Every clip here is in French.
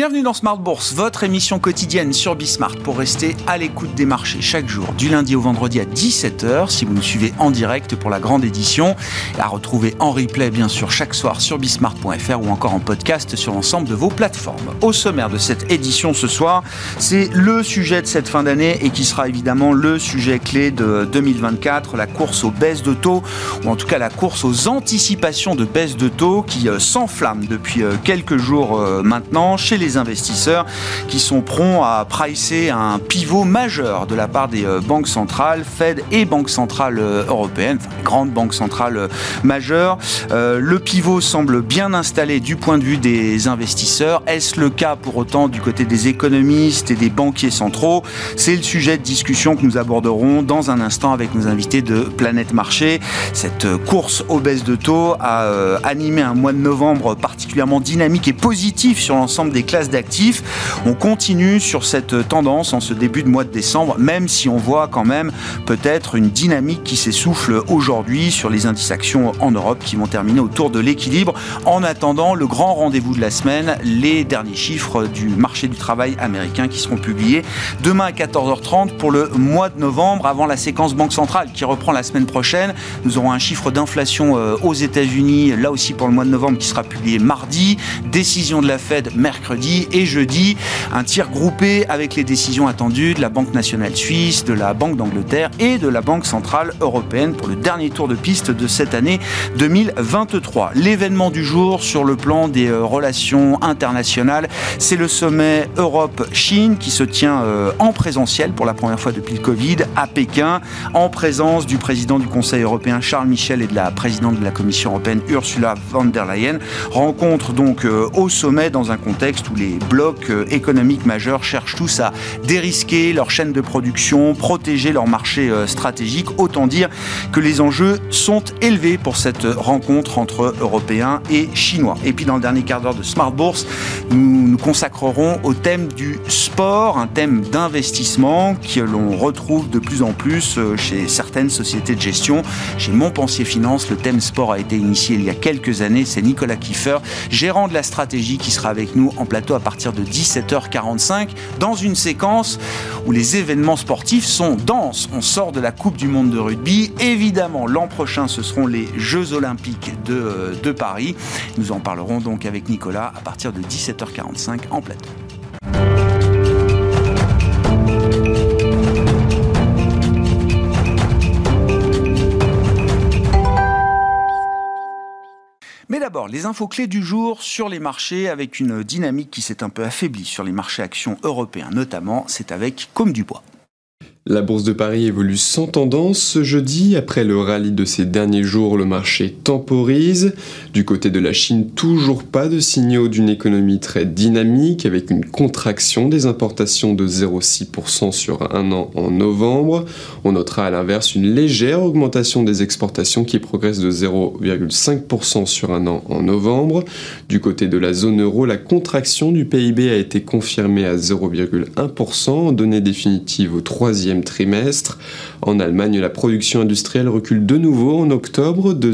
Bienvenue dans Smart Bourse, votre émission quotidienne sur Bismart pour rester à l'écoute des marchés chaque jour, du lundi au vendredi à 17h, si vous nous suivez en direct pour la grande édition, et à retrouver en replay bien sûr chaque soir sur bismart.fr ou encore en podcast sur l'ensemble de vos plateformes. Au sommaire de cette édition ce soir, c'est le sujet de cette fin d'année et qui sera évidemment le sujet clé de 2024, la course aux baisses de taux, ou en tout cas la course aux anticipations de baisse de taux qui s'enflamme depuis quelques jours maintenant chez les investisseurs qui sont prompts à pricer un pivot majeur de la part des banques centrales, Fed et banques centrales européennes, enfin les grandes banques centrales majeures. Le pivot semble bien installé du point de vue des investisseurs. Est-ce le cas pour autant du côté des économistes et des banquiers centraux? C'est le sujet de discussion que nous aborderons dans un instant avec nos invités de Planète Marché. Cette course aux baisses de taux a animé un mois de novembre particulièrement dynamique et positif sur l'ensemble des classes d'actifs. On continue sur cette tendance en ce début de mois de décembre, même si on voit quand même peut-être une dynamique qui s'essouffle aujourd'hui sur les indices actions en Europe qui vont terminer autour de l'équilibre. En attendant, le grand rendez-vous de la semaine, les derniers chiffres du marché du travail américain qui seront publiés demain à 14h30 pour le mois de novembre, avant la séquence Banque centrale qui reprend la semaine prochaine. Nous aurons un chiffre d'inflation aux États-Unis, là aussi pour le mois de novembre, qui sera publié mardi. Décision de la Fed mercredi et jeudi, un tir groupé avec les décisions attendues de la Banque nationale suisse, de la Banque d'Angleterre et de la Banque centrale européenne pour le dernier tour de piste de cette année 2023. L'événement du jour sur le plan des relations internationales, c'est le sommet Europe-Chine qui se tient en présentiel pour la première fois depuis le Covid à Pékin, en présence du président du Conseil européen Charles Michel et de la présidente de la Commission européenne Ursula von der Leyen. Rencontre donc au sommet dans un contexte où les blocs économiques majeurs cherchent tous à dérisquer leur chaîne de production, protéger leur marché stratégique. Autant dire que les enjeux sont élevés pour cette rencontre entre Européens et Chinois. Et puis dans le dernier quart d'heure de Smart Bourse, nous nous consacrerons au thème du sport, un thème d'investissement que l'on retrouve de plus en plus chez certaines sociétés de gestion. Chez Montpensier Finance, le thème sport a été initié il y a quelques années. C'est Nicolas Kiefer, gérant de la stratégie, qui sera avec nous en plateau à partir de 17h45 dans une séquence où les événements sportifs sont denses. On sort de la Coupe du Monde de rugby. Évidemment, l'an prochain, ce seront les Jeux Olympiques de Paris. Nous en parlerons donc avec Nicolas à partir de 17h45 en plateau. Mais d'abord, les infos clés du jour sur les marchés avec une dynamique qui s'est un peu affaiblie sur les marchés actions européens notamment. C'est avec Comme du Bois. La bourse de Paris évolue sans tendance ce jeudi. Après le rallye de ces derniers jours, le marché temporise. Du côté de la Chine, toujours pas de signaux d'une économie très dynamique, avec une contraction des importations de 0,6% sur un an en novembre. On notera à l'inverse une légère augmentation des exportations qui progresse de 0,5% sur un an en novembre. Du côté de la zone euro, la contraction du PIB a été confirmée à 0,1% en données définitives au troisième trimestre. En Allemagne, la production industrielle recule de nouveau en octobre de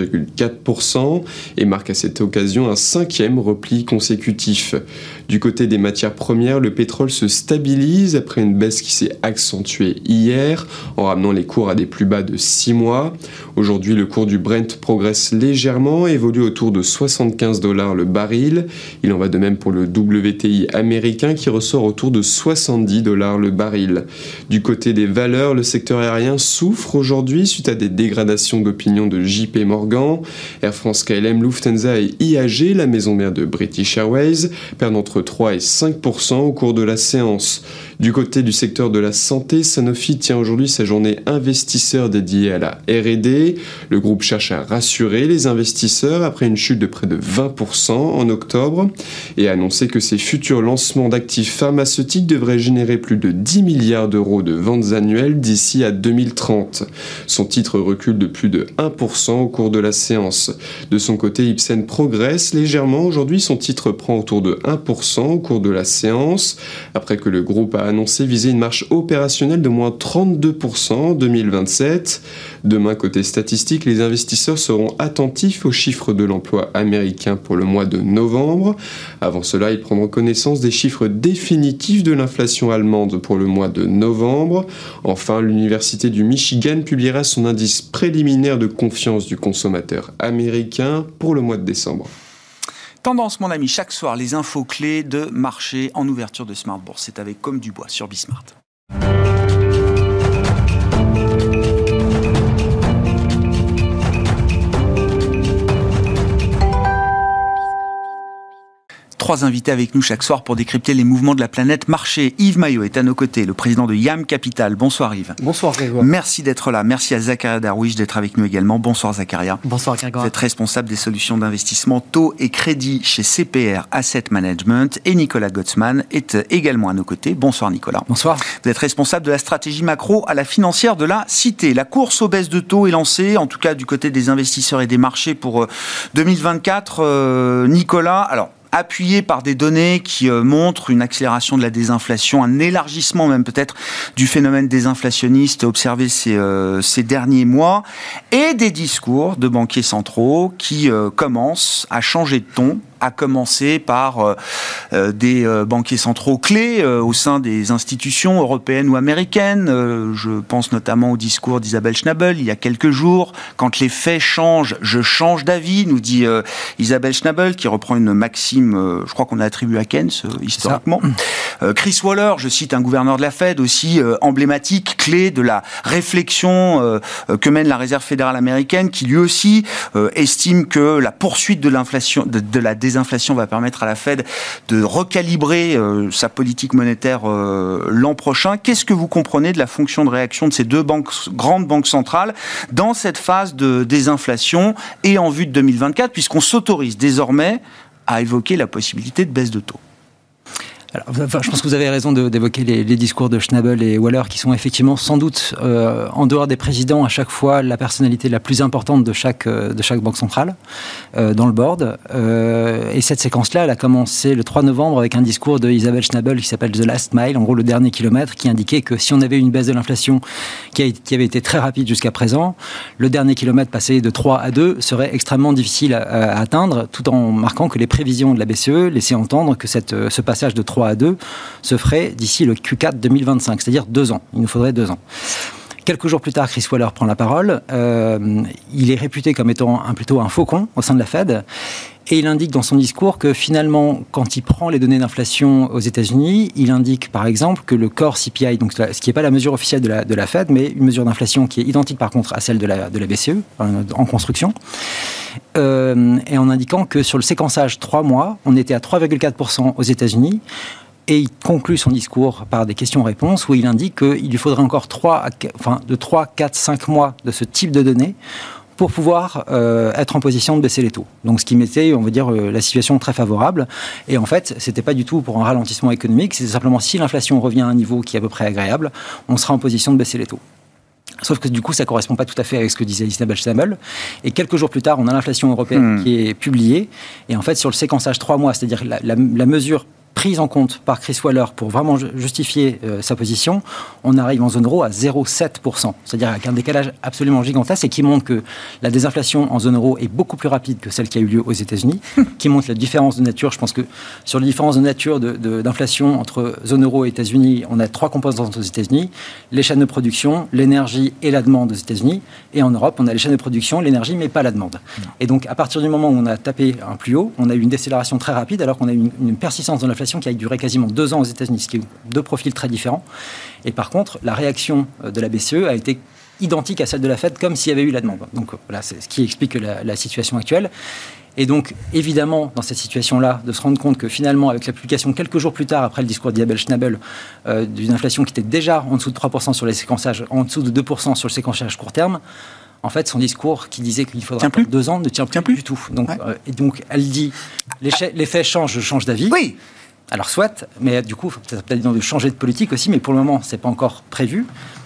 0,4% et marque à cette occasion un cinquième repli consécutif. Du côté des matières premières, le pétrole se stabilise après une baisse qui s'est accentuée hier en ramenant les cours à des plus bas de 6 mois. Aujourd'hui, le cours du Brent progresse légèrement et évolue autour de $75 le baril. Il en va de même pour le WTI américain qui ressort autour de $70 le baril. Du côté des valeurs, le secteur aérien souffre aujourd'hui suite à des dégradations d'opinion de JP Morgan. Air France, KLM, Lufthansa et IAG, la maison mère de British Airways, perdent entre 3 et 5% au cours de la séance. Du côté du secteur de la santé, Sanofi tient aujourd'hui sa journée investisseur dédiée à la R&D. Le groupe cherche à rassurer les investisseurs après une chute de près de 20% en octobre et a annoncé que ses futurs lancements d'actifs pharmaceutiques devraient générer plus de 10 milliards d'euros de ventes annuelles d'ici à 2030. Son titre recule de plus de 1% au cours de la séance. De son côté, Ipsen progresse légèrement. Aujourd'hui, son titre prend autour de 1% au cours de la séance, après que le groupe a a annoncé viser une marge opérationnelle de moins 32% en 2027. Demain, côté statistique, les investisseurs seront attentifs aux chiffres de l'emploi américain pour le mois de novembre. Avant cela, ils prendront connaissance des chiffres définitifs de l'inflation allemande pour le mois de novembre. Enfin, l'Université du Michigan publiera son indice préliminaire de confiance du consommateur américain pour le mois de décembre. Tendance, mon ami, chaque soir, les infos clés de marché en ouverture de Smart Bourse. C'est avec Comme du Bois sur Bismart. Trois invités avec nous chaque soir pour décrypter les mouvements de la planète marché. Yves Maillot est à nos côtés, le président de YAM Capital. Bonsoir Yves. Bonsoir Grégoire. Merci d'être là. Merci à Zakaria Darwish d'être avec nous également. Bonsoir Zakaria. Bonsoir Grégoire. Vous êtes responsable des solutions d'investissement taux et crédit chez CPR Asset Management. Et Nicolas Gottsman est également à nos côtés. Bonsoir Nicolas. Bonsoir. Vous êtes responsable de la stratégie macro à la financière de la Cité. La course aux baisses de taux est lancée, en tout cas du côté des investisseurs et des marchés pour 2024. Nicolas, alors appuyé par des données qui montrent une accélération de la désinflation, un élargissement même peut-être du phénomène désinflationniste observé ces derniers mois, et des discours de banquiers centraux qui commencent à changer de ton, à commencer par des banquiers centraux clés au sein des institutions européennes ou américaines. Je pense notamment au discours d'Isabelle Schnabel il y a quelques jours. Quand les faits changent, je change d'avis, nous dit Isabelle Schnabel, qui reprend une maxime, je crois qu'on a attribué à Keynes historiquement. Chris Waller, je cite un gouverneur de la Fed aussi emblématique, clé de la réflexion que mène la Réserve fédérale américaine, qui lui aussi estime que la poursuite de l'inflation, de la désinflation va permettre à la Fed de recalibrer sa politique monétaire l'an prochain. Qu'est-ce que vous comprenez de la fonction de réaction de ces deux grandes banques centrales dans cette phase de désinflation et en vue de 2024, puisqu'on s'autorise désormais à évoquer la possibilité de baisse de taux? Alors, je pense que vous avez raison d'évoquer les discours de Schnabel et Waller, qui sont effectivement sans doute, en dehors des présidents, à chaque fois la personnalité la plus importante de chaque banque centrale dans le board. Et cette séquence-là, elle a commencé le 3 novembre avec un discours de Isabelle Schnabel qui s'appelle The Last Mile, en gros le dernier kilomètre, qui indiquait que si on avait une baisse de l'inflation qui avait été très rapide jusqu'à présent, le dernier kilomètre passé de 3 à 2 serait extrêmement difficile à atteindre, tout en marquant que les prévisions de la BCE laissaient entendre que ce passage de 3 à 2 se ferait d'ici le Q4 2025, c'est-à-dire 2 ans. Il nous faudrait 2 ans. Quelques jours plus tard, Chris Waller prend la parole. Il est réputé comme étant plutôt un faucon au sein de la Fed. Et il indique dans son discours que finalement, quand il prend les données d'inflation aux États-Unis, il indique par exemple que le core CPI, donc ce qui n'est pas la mesure officielle de la Fed, mais une mesure d'inflation qui est identique par contre à celle de la BCE, en construction, et en indiquant que sur le séquençage 3 mois, on était à 3,4% aux États-Unis. Et il conclut son discours par des questions-réponses où il indique qu'il lui faudrait encore 3, 4, 5 mois de ce type de données pour pouvoir être en position de baisser les taux. Donc ce qui mettait, on va dire, la situation très favorable. Et en fait, c'était pas du tout pour un ralentissement économique, c'est simplement si l'inflation revient à un niveau qui est à peu près agréable, on sera en position de baisser les taux. Sauf que du coup, ça ne correspond pas tout à fait avec ce que disait Isabelle Schnabel. Et quelques jours plus tard, on a l'inflation européenne qui est publiée. Et en fait, sur le séquençage 3 mois, c'est-à-dire la mesure prise en compte par Chris Waller pour vraiment justifier sa position, on arrive en zone euro à 0,7%. C'est-à-dire avec un décalage absolument gigantesque et qui montre que la désinflation en zone euro est beaucoup plus rapide que celle qui a eu lieu aux États-Unis, qui montre la différence de nature. Je pense que sur les différences de nature d'inflation entre zone euro et États-Unis, on a 3 composantes aux États-Unis: les chaînes de production, l'énergie et la demande aux États-Unis. Et en Europe, on a les chaînes de production, l'énergie, mais pas la demande. Et donc, à partir du moment où on a tapé un plus haut, on a eu une décélération très rapide, alors qu'on a eu une persistance de l'inflation qui a duré quasiment 2 ans aux États-Unis, ce qui est 2 profils très différents. Et par contre, la réaction de la BCE a été identique à celle de la Fed, comme s'il y avait eu la demande. Donc voilà, c'est ce qui explique la situation actuelle. Et donc, évidemment, dans cette situation-là, de se rendre compte que finalement, avec la publication quelques jours plus tard, après le discours d'Isabelle Schnabel, d'une inflation qui était déjà en dessous de 3% sur les séquençages, en dessous de 2% sur le séquençage court terme, en fait, son discours qui disait qu'il faudra 2 ans ne tient plus du tout. Donc, et donc, elle dit, les faits changent, je change d'avis. Oui. Alors soit, mais du coup, il faut peut-être de changer de politique aussi, mais pour le moment, ce n'est pas encore prévu.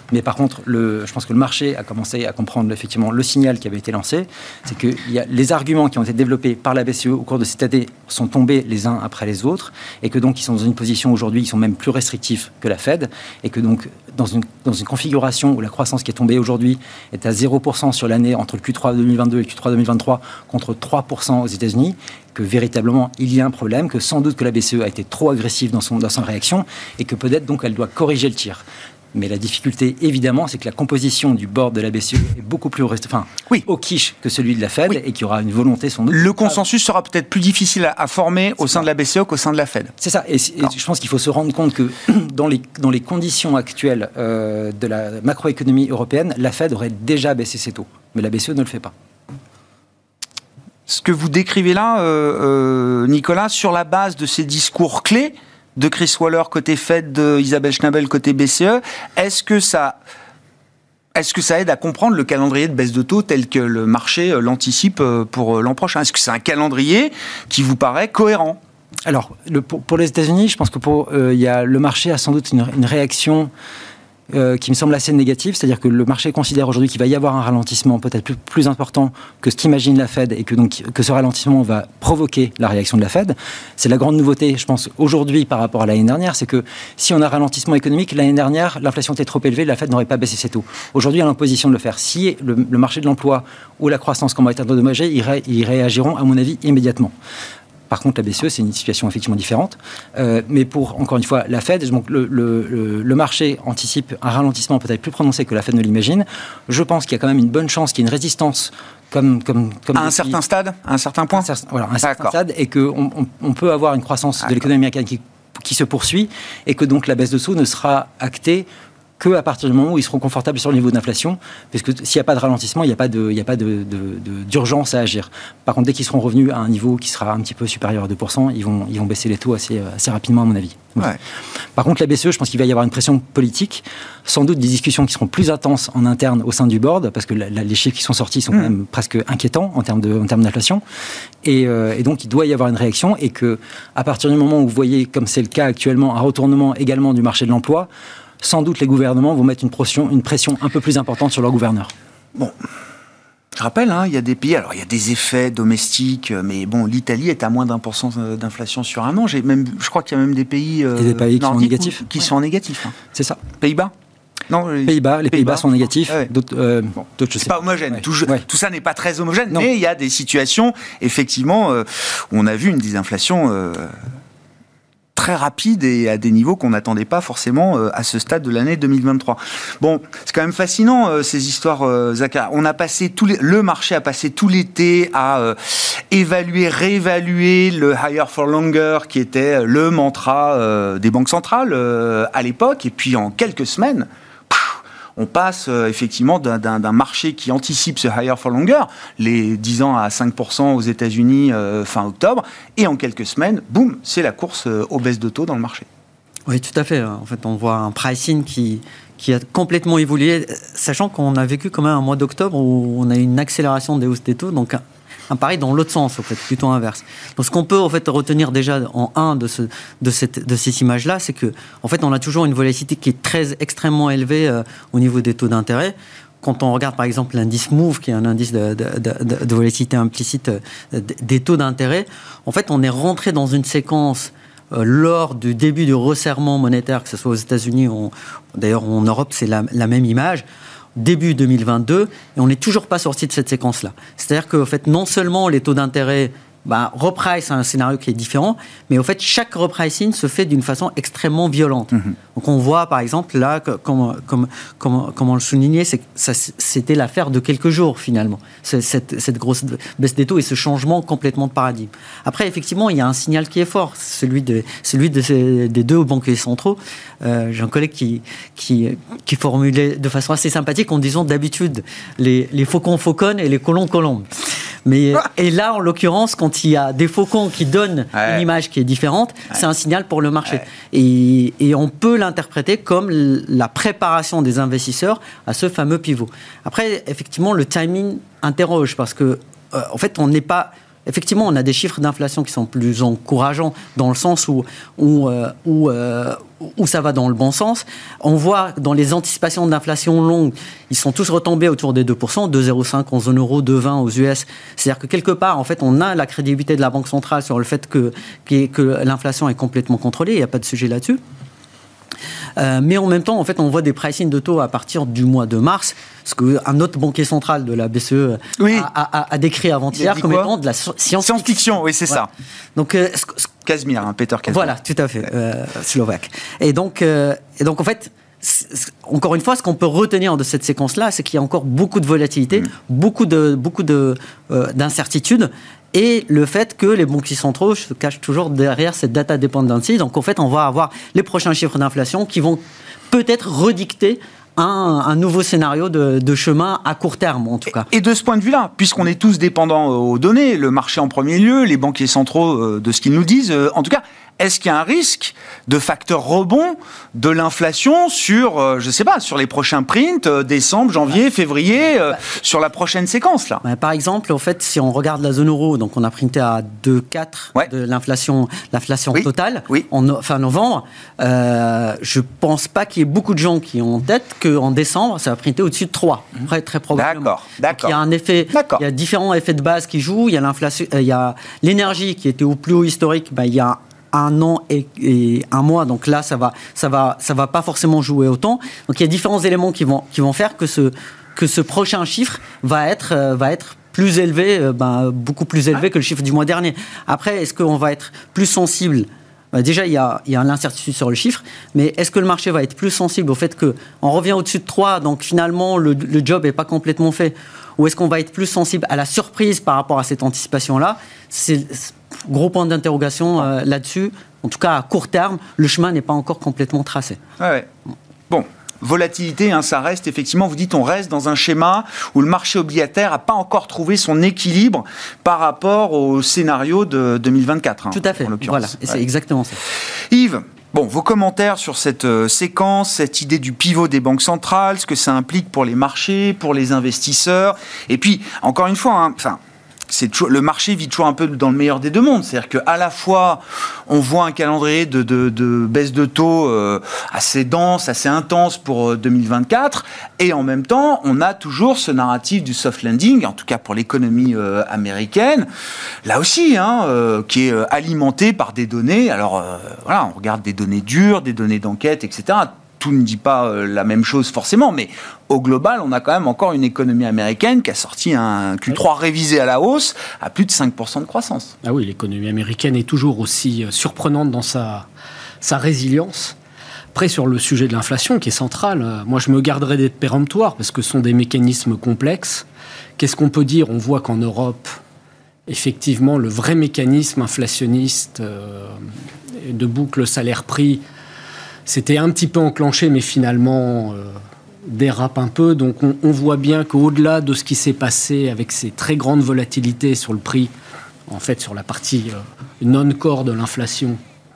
Mais par contre, je pense que le marché a commencé à comprendre effectivement le signal qui avait été lancé, c'est que les arguments qui ont été développés par la BCE au cours de cette année sont tombés les uns après les autres, et que donc ils sont dans une position aujourd'hui, ils sont même plus restrictifs que la Fed, et que donc dans une configuration où la croissance qui est tombée aujourd'hui est à 0% sur l'année entre le Q3 2022 et le Q3 2023 contre 3% aux États-Unis, que véritablement il y a un problème, que sans doute que la BCE a été trop agressive dans sa réaction, et que peut-être donc elle doit corriger le tir. Mais la difficulté, évidemment, c'est que la composition du board de la BCE est beaucoup plus au quiche que celui de la Fed, et qu'il y aura une volonté sans doute. Le consensus sera peut-être plus difficile à former au sein de la BCE qu'au sein de la Fed. C'est ça. Et je pense qu'il faut se rendre compte que dans les conditions actuelles de la macroéconomie européenne, la Fed aurait déjà baissé ses taux. Mais la BCE ne le fait pas. Ce que vous décrivez là, Nicolas, sur la base de ces discours clés de Chris Waller côté Fed, d'Isabelle Schnabel côté BCE, est-ce que ça aide à comprendre le calendrier de baisse de taux tel que le marché l'anticipe pour l'an prochain? Est-ce que c'est un calendrier qui vous paraît cohérent? Alors, pour les États-Unis, je pense que le marché a sans doute une réaction qui me semble assez négative, c'est-à-dire que le marché considère aujourd'hui qu'il va y avoir un ralentissement peut-être plus important que ce qu'imagine la Fed, et que ce ralentissement va provoquer la réaction de la Fed. C'est la grande nouveauté, je pense, aujourd'hui par rapport à l'année dernière, c'est que si on a un ralentissement économique, l'année dernière, l'inflation était trop élevée, la Fed n'aurait pas baissé ses taux. Aujourd'hui, elle est en position de le faire. Si le marché de l'emploi ou la croissance commence à être endommagée, ils réagiront, à mon avis, immédiatement. Par contre, la BCE, c'est une situation effectivement différente. Mais pour, encore une fois, la Fed, donc le marché anticipe un ralentissement peut-être plus prononcé que la Fed ne l'imagine. Je pense qu'il y a quand même une bonne chance qu'il y ait une résistance comme à un certain stade, à un certain point. Voilà, un certain stade, et qu'on peut avoir une croissance de l'économie américaine qui se poursuit, et que donc la baisse de taux ne sera actée qu'à partir du moment où ils seront confortables sur le niveau d'inflation, parce que s'il n'y a pas de ralentissement, il n'y a pas d'urgence à agir. Par contre, dès qu'ils seront revenus à un niveau qui sera un petit peu supérieur à 2%, ils vont baisser les taux assez rapidement, à mon avis. Ouais. Par contre, la BCE, je pense qu'il va y avoir une pression politique, sans doute des discussions qui seront plus intenses en interne au sein du board, parce que les chiffres qui sont sortis sont quand même presque inquiétants en termes d'inflation, et donc il doit y avoir une réaction, et qu'à partir du moment où vous voyez, comme c'est le cas actuellement, un retournement également du marché de l'emploi, sans doute les gouvernements vont mettre une pression un peu plus importante sur leurs gouverneurs. Bon, je rappelle, il y a des pays, alors il y a des effets domestiques, mais bon, l'Italie est à moins d'1% d'inflation sur un an. Je crois qu'il y a même des pays, qui sont négatifs. Sont en négatif. C'est ça. Pays-Bas? Non, les Pays-Bas sont négatifs. Ouais. D'autres, je sais. C'est pas homogène. Ouais. Tout ça n'est pas très homogène, mais il y a des situations, effectivement, où on a vu une désinflation très rapide et à des niveaux qu'on n'attendait pas forcément à ce stade de l'année 2023. Bon, c'est quand même fascinant ces histoires, Zachary. On a passé le marché a passé tout l'été à réévaluer le higher for longer, qui était le mantra des banques centrales à l'époque, et puis en quelques semaines, on passe effectivement d'un marché qui anticipe ce higher for longer, les 10 ans à 5% aux États-Unis fin octobre, et en quelques semaines, boum, c'est la course aux baisses de taux dans le marché. Oui, tout à fait. En fait, on voit un pricing qui a complètement évolué, sachant qu'on a vécu quand même un mois d'octobre où on a eu une accélération des hausses des taux, donc un pari dans l'autre sens, en fait, plutôt inverse. Donc, ce qu'on peut en fait retenir déjà de cette image-là, c'est que en fait, on a toujours une volatilité qui est extrêmement élevée au niveau des taux d'intérêt. Quand on regarde par exemple l'indice MOVE, qui est un indice de volatilité implicite des taux d'intérêt, en fait, on est rentré dans une séquence lors du début du resserrement monétaire, que ce soit aux États-Unis, d'ailleurs en Europe, c'est la même image. Début 2022, et on n'est toujours pas sorti de cette séquence-là. C'est-à-dire qu'en fait, non seulement les taux d'intérêt reprice un scénario qui est différent, mais au fait, chaque repricing se fait d'une façon extrêmement violente. Donc, on voit, par exemple, là, comme on le soulignait, c'était l'affaire de quelques jours, finalement, cette grosse baisse des taux et ce changement complètement de paradigme. Après, effectivement, il y a un signal qui est fort, celui des deux banquiers centraux. J'ai un collègue qui formulait de façon assez sympathique en disant d'habitude, les faucons fauconnent et les colons colombent. Et là, en l'occurrence, quand il y a des faucons qui donnent une image qui est différente, c'est un signal pour le marché. Et on peut l'interpréter comme la préparation des investisseurs à ce fameux pivot. Après, effectivement, le timing interroge parce que, en fait, on n'est pas... effectivement, on a des chiffres d'inflation qui sont plus encourageants dans le sens où ça va dans le bon sens. On voit dans les anticipations d'inflation longue, ils sont tous retombés autour des 2%, 2,05 en zone euro, 2,20 aux US. C'est-à-dire que quelque part, en fait, on a la crédibilité de la Banque centrale sur le fait que l'inflation est complètement contrôlée, il n'y a pas de sujet là-dessus. Mais en même temps, en fait, on voit des pricing de taux à partir du mois de mars, ce qu'un autre banquier central de la BCE a décrit avant-hier comme étant de la science-fiction. Oui, c'est ça. Donc, Casimir, Peter Casimir. Voilà, tout à fait, slovaque. Et donc, en fait, encore une fois, ce qu'on peut retenir de cette séquence-là, c'est qu'il y a encore beaucoup de volatilité, beaucoup d'incertitudes. Et le fait que les banquiers centraux se cachent toujours derrière cette data dependency. Donc, en fait, on va avoir les prochains chiffres d'inflation qui vont peut-être redicter un nouveau scénario de chemin à court terme, en tout cas. Et de ce point de vue-là, puisqu'on est tous dépendants aux données, le marché en premier lieu, les banquiers centraux de ce qu'ils nous disent, en tout cas, est-ce qu'il y a un risque de facteur rebond de l'inflation sur, je sais pas, sur les prochains prints, décembre, janvier, février, sur la prochaine séquence, là? Par exemple, en fait, si on regarde la zone euro, donc on a printé à 2,4 de l'inflation totale en fin novembre, je pense pas qu'il y ait beaucoup de gens qui ont en tête qu'en décembre, ça va printer au-dessus de 3, très probablement. D'accord. Donc, il y a un effet, il y a différents effets de base qui jouent, il y a l'inflation, il y a l'énergie qui était au plus haut historique, il y a un an et un mois, donc là ça va pas forcément jouer autant. Donc il y a différents éléments qui vont faire que ce prochain chiffre va être plus élevé, beaucoup plus élevé que le chiffre du mois dernier. Après, est-ce qu'on va être plus sensible? Déjà, il y a l'incertitude sur le chiffre, mais est-ce que le marché va être plus sensible au fait qu'on revient au-dessus de 3, donc finalement le job n'est pas complètement fait, ou est-ce qu'on va être plus sensible à la surprise par rapport à cette anticipation-là? C'est gros point d'interrogation là-dessus. En tout cas, à court terme, le chemin n'est pas encore complètement tracé. Ouais. Bon. Volatilité, ça reste effectivement, vous dites, on reste dans un schéma où le marché obligataire n'a pas encore trouvé son équilibre par rapport au scénario de 2024. Tout à fait, voilà, et c'est exactement ça. Yves, vos commentaires sur cette séquence, cette idée du pivot des banques centrales, ce que ça implique pour les marchés, pour les investisseurs, et puis, encore une fois, le marché vit toujours un peu dans le meilleur des deux mondes. C'est-à-dire qu'à la fois, on voit un calendrier de baisse de taux assez dense, assez intense pour 2024, et en même temps, on a toujours ce narratif du soft landing, en tout cas pour l'économie américaine, là aussi, qui est alimenté par des données. Alors, on regarde des données dures, des données d'enquête, etc. Tout ne dit pas la même chose forcément, mais au global, on a quand même encore une économie américaine qui a sorti un Q3 révisé à la hausse à plus de 5% de croissance. Ah oui, l'économie américaine est toujours aussi surprenante dans sa résilience. Après, sur le sujet de l'inflation, qui est central, moi je me garderais d'être péremptoire, parce que ce sont des mécanismes complexes. Qu'est-ce qu'on peut dire? On voit qu'en Europe, effectivement, le vrai mécanisme inflationniste de boucle salaire-prix c'était un petit peu enclenché, mais finalement dérape un peu. Donc on voit bien qu'au-delà de ce qui s'est passé avec ces très grandes volatilités sur le prix, en fait sur la partie non-core de l'inflation,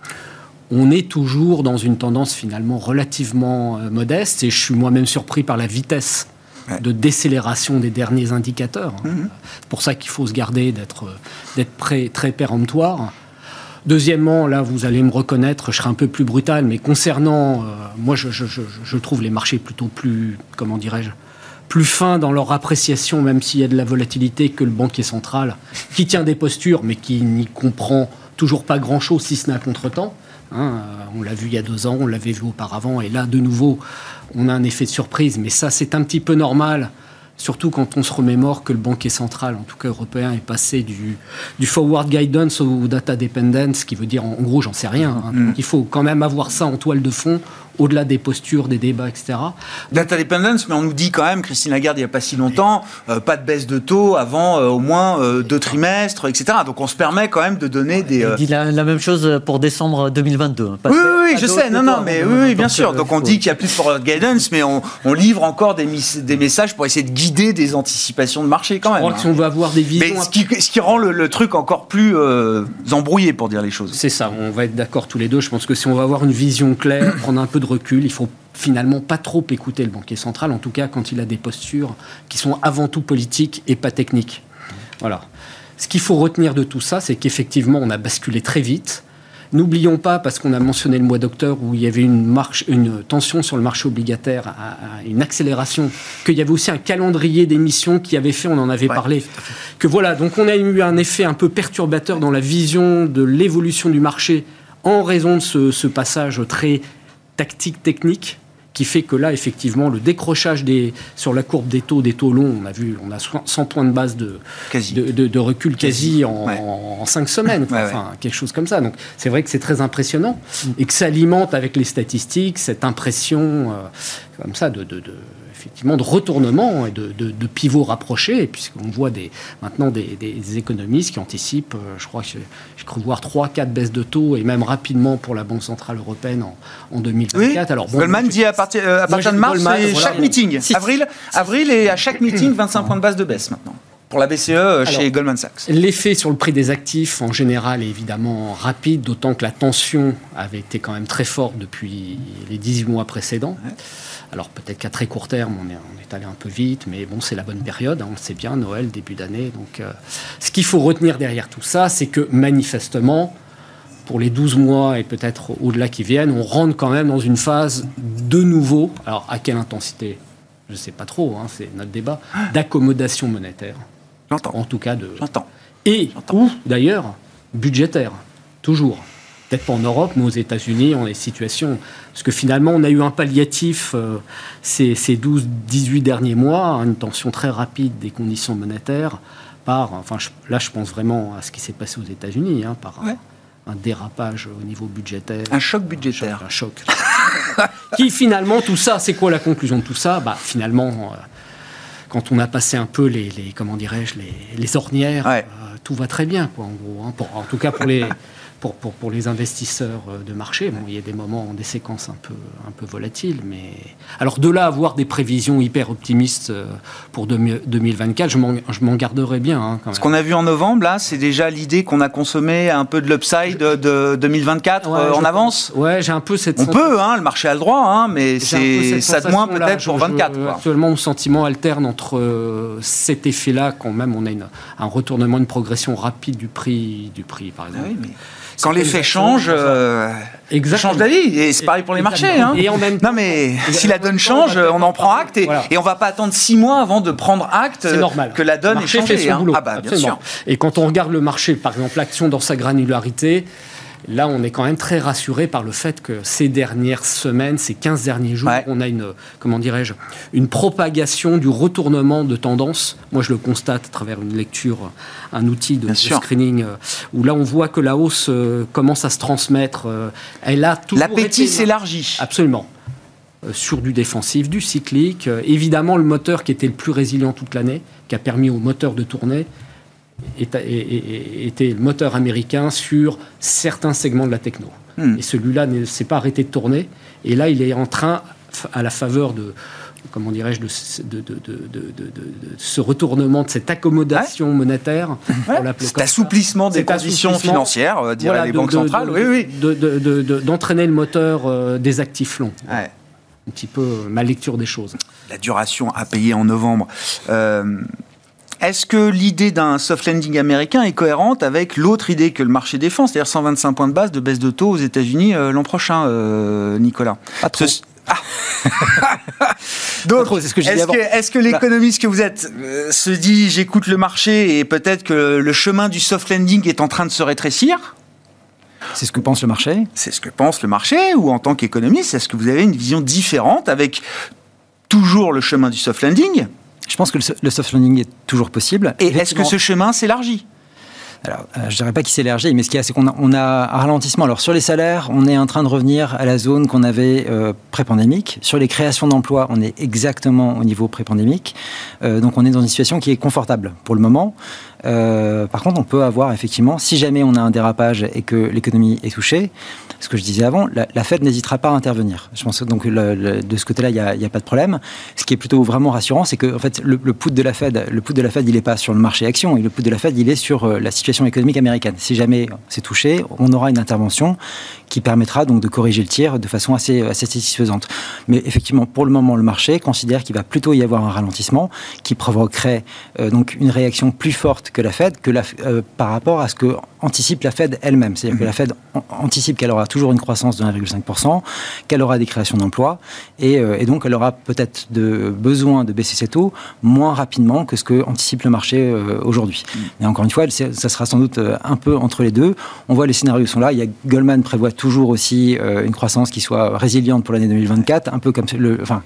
on est toujours dans une tendance finalement relativement modeste. Et je suis moi-même surpris par la vitesse de décélération des derniers indicateurs. C'est pour ça qu'il faut se garder d'être très péremptoire. Deuxièmement, là, vous allez me reconnaître, je serai un peu plus brutal, mais concernant, moi, je trouve les marchés plutôt plus, comment dirais-je, plus fins dans leur appréciation, même s'il y a de la volatilité, que le banquier central, qui tient des postures, mais qui n'y comprend toujours pas grand-chose, si ce n'est à contre-temps. On l'a vu il y a 2 ans, on l'avait vu auparavant, et là, de nouveau, on a un effet de surprise, mais ça, c'est un petit peu normal. Surtout quand on se remémore que le banquier central, en tout cas européen, est passé du forward guidance au data dependence, ce qui veut dire, en gros, j'en sais rien. Donc il faut quand même avoir ça en toile de fond, au-delà des postures, des débats, etc. Data dependence, mais on nous dit quand même, Christine Lagarde, il n'y a pas si longtemps, pas de baisse de taux avant au moins 2 trimestres, etc. Donc on se permet quand même de donner des... Il dit la même chose pour décembre 2022. Oui, je sais, oui, bien sûr. Donc on dit qu'il n'y a plus de forward guidance, mais on livre encore des messages pour essayer de guider des anticipations de marché quand même. Je crois que si on veut avoir des visions... Mais ce qui rend le truc encore plus embrouillé, pour dire les choses. C'est ça, on va être d'accord tous les deux. Je pense que si on veut avoir une vision claire, prendre un peu de recul, il faut finalement pas trop écouter le banquier central, en tout cas quand il a des postures qui sont avant tout politiques et pas techniques. Voilà. Ce qu'il faut retenir de tout ça, c'est qu'effectivement, on a basculé très vite. N'oublions pas, parce qu'on a mentionné le mois d'octobre où il y avait une tension sur le marché obligataire, une accélération, qu'il y avait aussi un calendrier d'émissions qui avait fait, on en avait parlé, que voilà, donc on a eu un effet un peu perturbateur dans la vision de l'évolution du marché en raison de ce passage très tactique, technique, qui fait que là, effectivement, le décrochage sur la courbe des taux longs, on a 100 points de base de recul quasi en 5 semaines, quelque chose comme ça. Donc, c'est vrai que c'est très impressionnant et que ça alimente avec les statistiques cette impression comme ça effectivement de retournement et de pivot rapproché, puisqu'on voit maintenant des économistes qui anticipent, je crois que j'ai cru voir 3-4 baisses de taux, et même rapidement pour la Banque Centrale Européenne en 2024. Oui. Alors, Goldman dit à partir de mars, c'est chaque meeting. Avril et à chaque meeting, 25 points de base de baisse maintenant. Pour la BCE chez Goldman Sachs. L'effet sur le prix des actifs, en général, est évidemment rapide, d'autant que la tension avait été quand même très forte depuis les 18 mois précédents. Ouais. Alors peut-être qu'à très court terme, on est allé un peu vite, mais bon, c'est la bonne période, on le sait bien, Noël, début d'année. Donc, ce qu'il faut retenir derrière tout ça, c'est que manifestement, pour les 12 mois et peut-être au-delà qui viennent, on rentre quand même dans une phase de nouveau, alors à quelle intensité ? Je ne sais pas trop, c'est notre débat, d'accommodation monétaire. J'entends. En tout cas, J'entends. Et, ou d'ailleurs, budgétaire, toujours. Peut-être pas en Europe, mais aux États-Unis, on est situation. Parce que finalement, on a eu un palliatif ces 12-18 derniers mois, une tension très rapide des conditions monétaires, là, je pense vraiment à ce qui s'est passé aux États-Unis, par un dérapage au niveau budgétaire. Un choc budgétaire. Un choc. Qui finalement, tout ça, c'est quoi la conclusion de tout ça ? Finalement, quand on a passé un peu les ornières, tout va très bien, quoi, en gros. En tout cas, pour les investisseurs de marché, il y a des moments, des séquences un peu volatiles, mais alors de là à avoir des prévisions hyper optimistes pour 2024, je m'en garderai bien. Quand même. Ce qu'on a vu en novembre, là, c'est déjà l'idée qu'on a consommé un peu de l'upside de 2024 en avance. Ouais, j'ai un peu cette. On peut, le marché a le droit, mais c'est ça de moins peut-être pour 24. Actuellement, mon sentiment alterne entre cet effet-là, quand même, on a un retournement, une progression rapide du prix, par exemple. Oui, mais quand l'effet change, change d'avis. Et c'est pareil pour les marchés. Et en même temps, non, mais si la donne change, on en prend acte et on ne va pas attendre 6 mois avant de prendre acte que la donne ait changé. Fait son boulot. Bien sûr. Et quand on regarde le marché, par exemple, l'action dans sa granularité, là, on est quand même très rassuré par le fait que ces dernières semaines, ces 15 derniers jours, on a une propagation du retournement de tendance. Moi, je le constate à travers une lecture, un outil de screening, où là, on voit que la hausse commence à se transmettre. L'appétit s'élargit. Absolument. Sur du défensif, du cyclique. Évidemment, le moteur qui était le plus résilient toute l'année, qui a permis au moteur de tourner, était le moteur américain sur certains segments de la techno. Et celui-là ne s'est pas arrêté de tourner. Et là, il est en train, à la faveur de ce retournement, de cette accommodation monétaire, cet assouplissement des conditions financières, diraient les banques centrales, d'entraîner le moteur des actifs longs. Un petit peu ma lecture des choses. La duration à payer en novembre. Est-ce que l'idée d'un soft landing américain est cohérente avec l'autre idée que le marché défend, c'est-à-dire 125 points de base de baisse de taux aux États-Unis l'an prochain, Nicolas? Pas trop. Donc, est-ce que l'économiste que vous êtes se dit j'écoute le marché et peut-être que le chemin du soft landing est en train de se rétrécir? C'est ce que pense le marché. C'est ce que pense le marché, ou en tant qu'économiste, est-ce que vous avez une vision différente avec toujours le chemin du soft landing? Je pense que le soft landing est toujours possible. Et est-ce que ce chemin s'élargit? Alors, je ne dirais pas qu'il s'élargit, mais ce qu'il y a, c'est qu'on a un ralentissement. Alors, sur les salaires, on est en train de revenir à la zone qu'on avait pré-pandémique. Sur les créations d'emplois, on est exactement au niveau pré-pandémique. Donc, on est dans une situation qui est confortable pour le moment. Par contre, on peut avoir effectivement, si jamais on a un dérapage et que l'économie est touchée, ce que je disais avant, la Fed n'hésitera pas à intervenir. Je pense que donc de ce côté-là, il n'y a pas de problème. Ce qui est plutôt vraiment rassurant, c'est que en fait, le put de la Fed, il n'est pas sur le marché action. Le put de la Fed, il est sur la situation économique américaine. Si jamais c'est touché, on aura une intervention qui permettra donc de corriger le tir de façon assez satisfaisante. Mais effectivement, pour le moment, le marché considère qu'il va plutôt y avoir un ralentissement qui provoquerait donc une réaction plus forte que la Fed, par rapport à ce que anticipe la Fed elle-même. C'est-à-dire que la Fed anticipe qu'elle aura toujours une croissance de 1,5%, qu'elle aura des créations d'emplois, et donc elle aura peut-être besoin de baisser ses taux moins rapidement que ce que anticipe le marché aujourd'hui. Mais encore une fois, ça sera sans doute un peu entre les deux. On voit les scénarios sont là. Goldman prévoit toujours aussi une croissance qui soit résiliente pour l'année 2024, un peu comme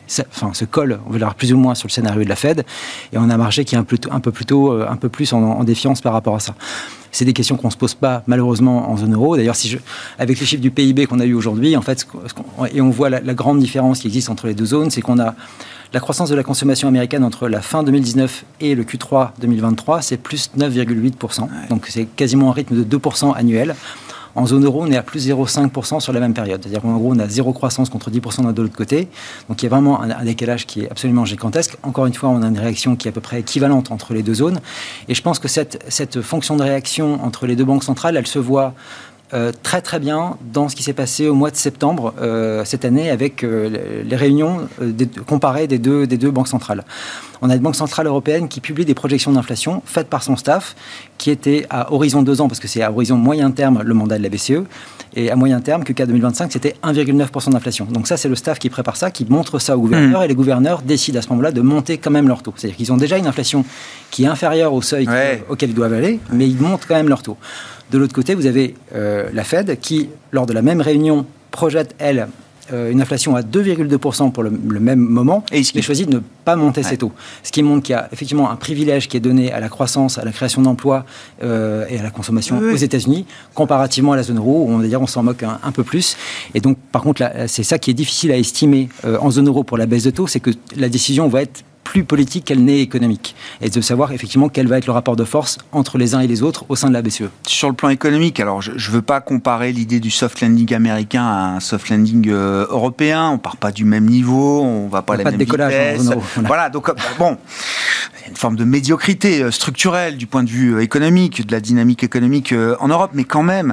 se colle, on va dire plus ou moins sur le scénario de la Fed, et on a un marché qui est un peu plus en défiance par rapport à ça. C'est des questions qu'on ne se pose pas malheureusement en zone euro. D'ailleurs, avec les chiffres du PIB qu'on a eu aujourd'hui, en fait, et on voit la grande différence qui existe entre les deux zones, c'est qu'on a la croissance de la consommation américaine entre la fin 2019 et le Q3 2023, c'est plus 9,8%. Ouais. Donc c'est quasiment un rythme de 2% annuel. En zone euro, on est à plus 0,5% sur la même période. C'est-à-dire qu'en gros, on a 0 croissance contre 10% de l'autre côté. Donc il y a vraiment un décalage qui est absolument gigantesque. Encore une fois, on a une réaction qui est à peu près équivalente entre les deux zones. Et je pense que cette fonction de réaction entre les deux banques centrales, elle se voit très très bien dans ce qui s'est passé au mois de septembre cette année avec les réunions comparées des deux banques centrales. On a une banque centrale européenne qui publie des projections d'inflation faites par son staff, qui étaient à horizon 2 ans, parce que c'est à horizon moyen terme le mandat de la BCE, et à moyen terme, qu'à 2025, c'était 1,9% d'inflation. Donc ça, c'est le staff qui prépare ça, qui montre ça aux gouverneurs, et les gouverneurs décident à ce moment-là de monter quand même leur taux. C'est-à-dire qu'ils ont déjà une inflation qui est inférieure au seuil auquel ils doivent aller, mais ils montent quand même leur taux. De l'autre côté, vous avez la Fed qui, lors de la même réunion, projette, elle, une inflation à 2,2% pour le même moment, et il choisit de ne pas monter ses taux. Ce qui montre qu'il y a effectivement un privilège qui est donné à la croissance, à la création d'emplois et à la consommation aux États-Unis, comparativement à la zone euro, où on s'en moque un peu plus. Et donc, par contre, là, c'est ça qui est difficile à estimer en zone euro pour la baisse de taux, c'est que la décision va être plus politique qu'elle n'est économique, et de savoir effectivement quel va être le rapport de force entre les uns et les autres au sein de la BCE. Sur le plan économique, alors je ne veux pas comparer l'idée du soft landing américain à un soft landing européen, on ne part pas du même niveau, on ne va pas à la même vitesse. Voilà, donc bon, il y a une forme de médiocrité structurelle du point de vue économique, de la dynamique économique en Europe, mais quand même...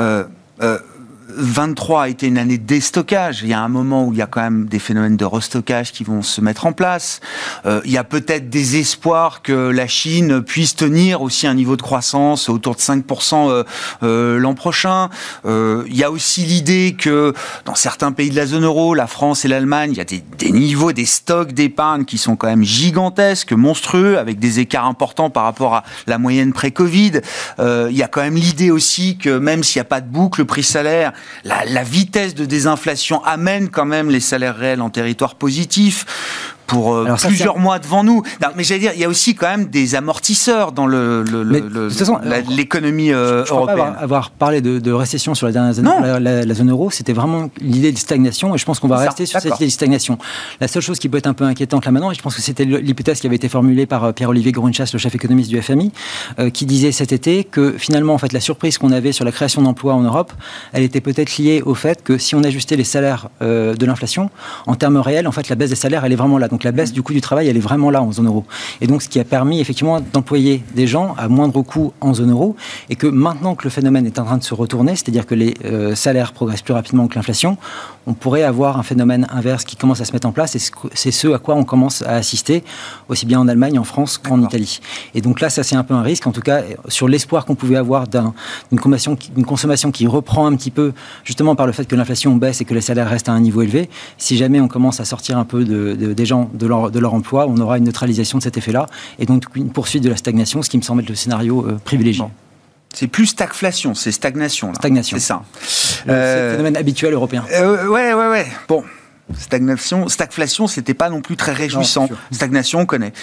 23 a été une année de déstockage. Il y a un moment où il y a quand même des phénomènes de restockage qui vont se mettre en place. Il y a peut-être des espoirs que la Chine puisse tenir aussi un niveau de croissance autour de 5% l'an prochain. Il y a aussi l'idée que dans certains pays de la zone euro, la France et l'Allemagne, il y a des niveaux, des stocks d'épargne qui sont quand même gigantesques, monstrueux, avec des écarts importants par rapport à la moyenne pré-Covid. Il y a quand même l'idée aussi que même s'il n'y a pas de boucle prix-salaire, la vitesse de désinflation amène quand même les salaires réels en territoire positif pour plusieurs mois devant nous. Non, mais j'allais dire, il y a aussi quand même des amortisseurs dans l'économie européenne. Je ne crois pas avoir parlé de récession sur la dernière année. La zone euro, c'était vraiment l'idée de stagnation, et je pense qu'on va rester sur cette idée de stagnation. La seule chose qui peut être un peu inquiétante là maintenant, et je pense que c'était l'hypothèse qui avait été formulée par Pierre-Olivier Gorenchas, le chef économiste du FMI, qui disait cet été que finalement, en fait, la surprise qu'on avait sur la création d'emplois en Europe, elle était peut-être liée au fait que si on ajustait les salaires de l'inflation, en termes réels, en fait, la baisse des salaires, elle est vraiment là. Donc la baisse du coût du travail, elle est vraiment là en zone euro. Et donc, ce qui a permis effectivement d'employer des gens à moindre coût en zone euro, et que maintenant que le phénomène est en train de se retourner, c'est-à-dire que les salaires progressent plus rapidement que l'inflation, on pourrait avoir un phénomène inverse qui commence à se mettre en place, et c'est ce à quoi on commence à assister, aussi bien en Allemagne, en France qu'en Italie. Et donc là, ça c'est un peu un risque, en tout cas, sur l'espoir qu'on pouvait avoir d'une consommation qui reprend un petit peu, justement par le fait que l'inflation baisse et que les salaires restent à un niveau élevé. Si jamais on commence à sortir un peu des gens de leur emploi, on aura une neutralisation de cet effet-là, et donc une poursuite de la stagnation, ce qui me semble être le scénario privilégié. Bon. C'est plus stagflation, c'est stagnation. Là. Stagnation. C'est ça. C'est le phénomène habituel européen. Ouais. Bon. Stagflation, c'était pas non plus très réjouissant. Non, stagnation, on connaît.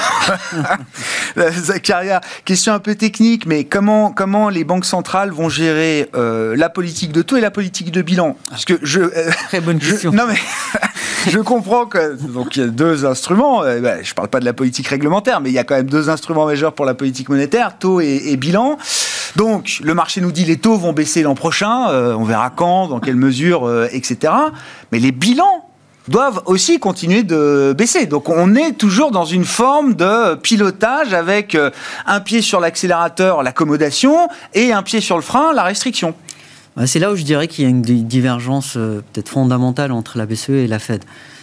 Zacharia, question un peu technique, mais comment les banques centrales vont gérer la politique de taux et la politique de bilan ? Parce que très bonne question. Non mais je comprends que donc il y a deux instruments. Je parle pas de la politique réglementaire, mais il y a quand même deux instruments majeurs pour la politique monétaire, taux et bilan. Donc, le marché nous dit les taux vont baisser l'an prochain, on verra quand, dans quelle mesure, etc. Mais les bilans doivent aussi continuer de baisser. Donc, on est toujours dans une forme de pilotage avec un pied sur l'accélérateur, l'accommodation, et un pied sur le frein, la restriction. C'est là où je dirais qu'il y a une divergence peut-être fondamentale entre la BCE et la Fed.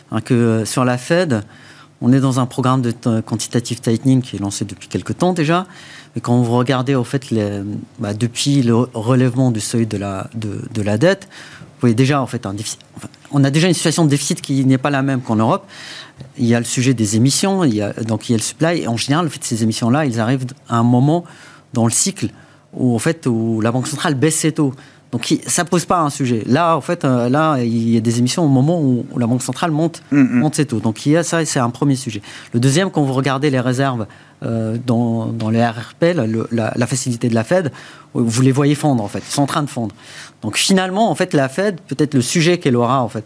Sur la Fed, on est dans un programme de quantitative tightening qui est lancé depuis quelques temps déjà. Et quand vous regardez au fait depuis le relèvement du seuil de la dette, vous voyez déjà en fait un déficit. On a déjà une situation de déficit qui n'est pas la même qu'en Europe. Il y a le sujet des émissions, il y a le supply. Et en général, en fait, ces émissions-là, ils arrivent à un moment dans le cycle où la Banque centrale baisse ses taux. Donc ça ne pose pas un sujet. Là, en fait, il y a des émissions au moment où la Banque centrale monte ses taux. Donc il y a ça, c'est un premier sujet. Le deuxième, quand vous regardez les réserves dans les RRP, la facilité de la Fed, vous les voyez fondre, en fait. Ils sont en train de fondre. Donc finalement, en fait, la Fed, peut-être le sujet qu'elle aura, en fait,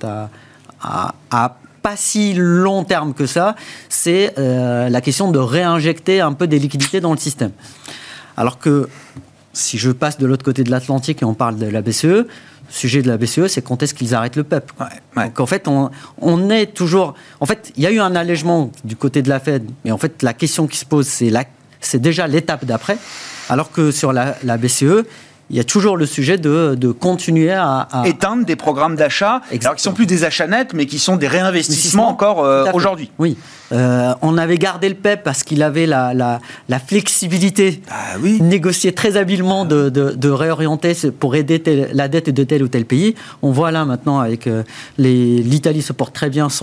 à pas si long terme que ça, c'est la question de réinjecter un peu des liquidités dans le système. Alors que si je passe de l'autre côté de l'Atlantique et on parle de la BCE, le sujet de la BCE, c'est quand est-ce qu'ils arrêtent le PEP. Ouais. Donc en fait, on est toujours... En fait, il y a eu un allègement du côté de la Fed, mais en fait, la question qui se pose, c'est déjà l'étape d'après, alors que sur la BCE, il y a toujours le sujet de continuer à éteindre des programmes d'achat, alors qui ne sont plus des achats nets, mais qui sont des réinvestissements encore aujourd'hui. Oui. On avait gardé le PEP parce qu'il avait la flexibilité de négocier très habilement, de réorienter pour aider la dette de tel ou tel pays. On voit là maintenant avec l'Italie se porte très bien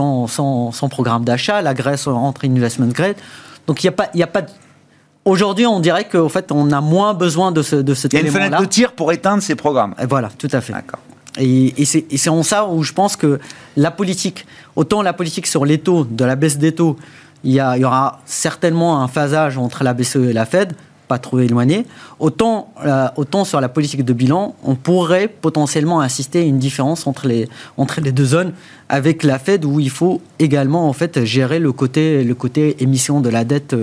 sans programme d'achat, la Grèce entre investment grade. Donc il n'y a pas aujourd'hui, on dirait qu'en fait, on a moins besoin de cet élément-là. Il y a une fenêtre de tir pour éteindre ces programmes. Et voilà, tout à fait. D'accord. Et c'est en ça où je pense que la politique sur les taux, de la baisse des taux, il y aura certainement un phasage entre la BCE et la Fed, pas trop éloigné. Autant sur la politique de bilan, on pourrait potentiellement assister à une différence entre les deux zones, avec la Fed où il faut également en fait gérer le côté émission de la dette.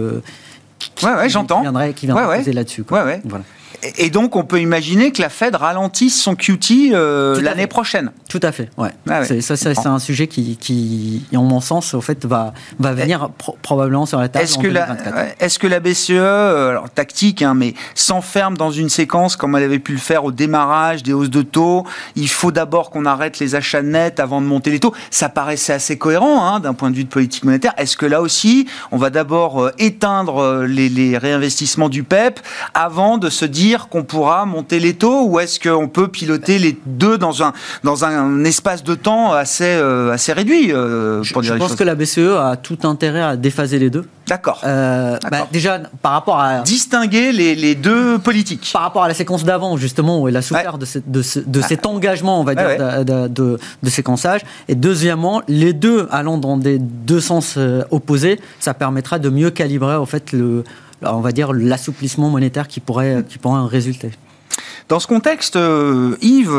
J'entends. Qui viendrait poser là-dessus. Voilà. Et donc, on peut imaginer que la Fed ralentisse son QT l'année prochaine. Tout à fait, ouais. C'est un sujet qui, en mon sens, au fait, va venir probablement sur la table en 2024. Est-ce que la BCE, alors tactique, mais s'enferme dans une séquence comme elle avait pu le faire au démarrage des hausses de taux? Il faut d'abord qu'on arrête les achats nets avant de monter les taux. Ça paraissait assez cohérent d'un point de vue de politique monétaire. Est-ce que là aussi, on va d'abord éteindre les réinvestissements du PEP avant de se dire qu'on pourra monter les taux, ou est-ce qu'on peut piloter les deux dans un espace de temps assez réduit Je pense que la BCE a tout intérêt à déphaser les deux. D'accord. Déjà, par rapport à... Distinguer les deux politiques. Par rapport à la séquence d'avant, justement, où elle a souffert de cet engagement, on va dire, de séquençage. Et deuxièmement, les deux allant dans des deux sens opposés, ça permettra de mieux calibrer, en fait, on va dire l'assouplissement monétaire qui pourrait en résulter. Dans ce contexte, Yves,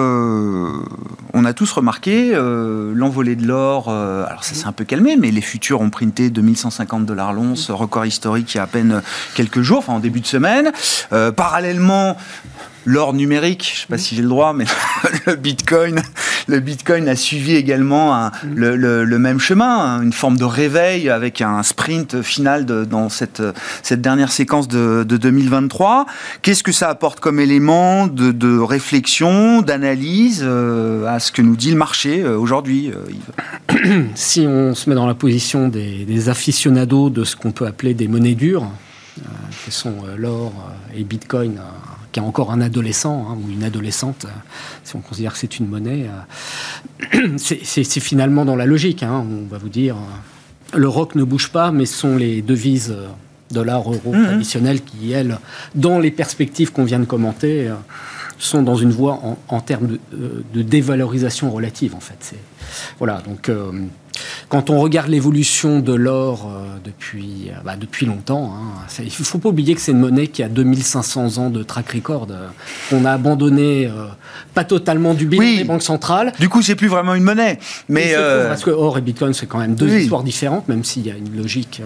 on a tous remarqué l'envolée de l'or. Alors ça s'est un peu calmé, mais les futurs ont printé $2150 l'once, record historique il y a à peine quelques jours, en début de semaine. Parallèlement, l'or numérique, je ne sais pas si j'ai le droit, mais le Bitcoin a suivi également le même chemin, une forme de réveil avec un sprint final dans cette dernière séquence de 2023. Qu'est-ce que ça apporte comme élément de réflexion, d'analyse à ce que nous dit le marché aujourd'hui, Yves? Si on se met dans la position des aficionados de ce qu'on peut appeler des monnaies dures, qui sont l'or et Bitcoin, qui est encore un adolescent ou une adolescente, si on considère que c'est une monnaie, c'est finalement dans la logique. On va vous dire, le roc ne bouge pas, mais ce sont les devises dollar, euro traditionnelles qui, elles, dans les perspectives qu'on vient de commenter, sont dans une voie en termes de dévalorisation relative, en fait. Voilà, donc... Quand on regarde l'évolution de l'or depuis longtemps, il ne faut pas oublier que c'est une monnaie qui a 2500 ans de track record. On a abandonné, pas totalement du bilan des banques centrales. Du coup, c'est plus vraiment une monnaie. Mais parce que or et Bitcoin, c'est quand même deux histoires différentes, même s'il y a une logique,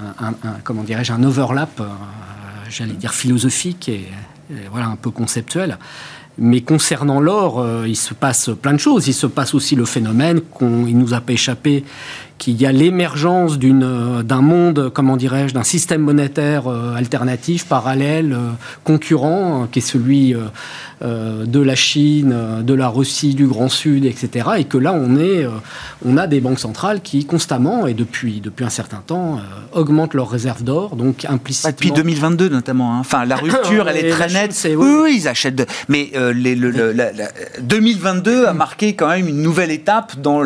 un overlap, j'allais dire philosophique et voilà, un peu conceptuel. Mais concernant l'or, il se passe plein de choses. Il se passe aussi le phénomène il nous a pas échappé qu'il y a l'émergence d'un monde, comment dirais-je, d'un système monétaire alternatif, parallèle, concurrent, qui est celui de la Chine, de la Russie, du Grand Sud, etc. Et que là, on a des banques centrales qui constamment, et depuis un certain temps, augmentent leurs réserves d'or, donc implicitement... Depuis 2022 notamment. Hein. Enfin, la rupture, elle est très nette. Oui, ils achètent... Mais 2022 a marqué quand même une nouvelle étape dans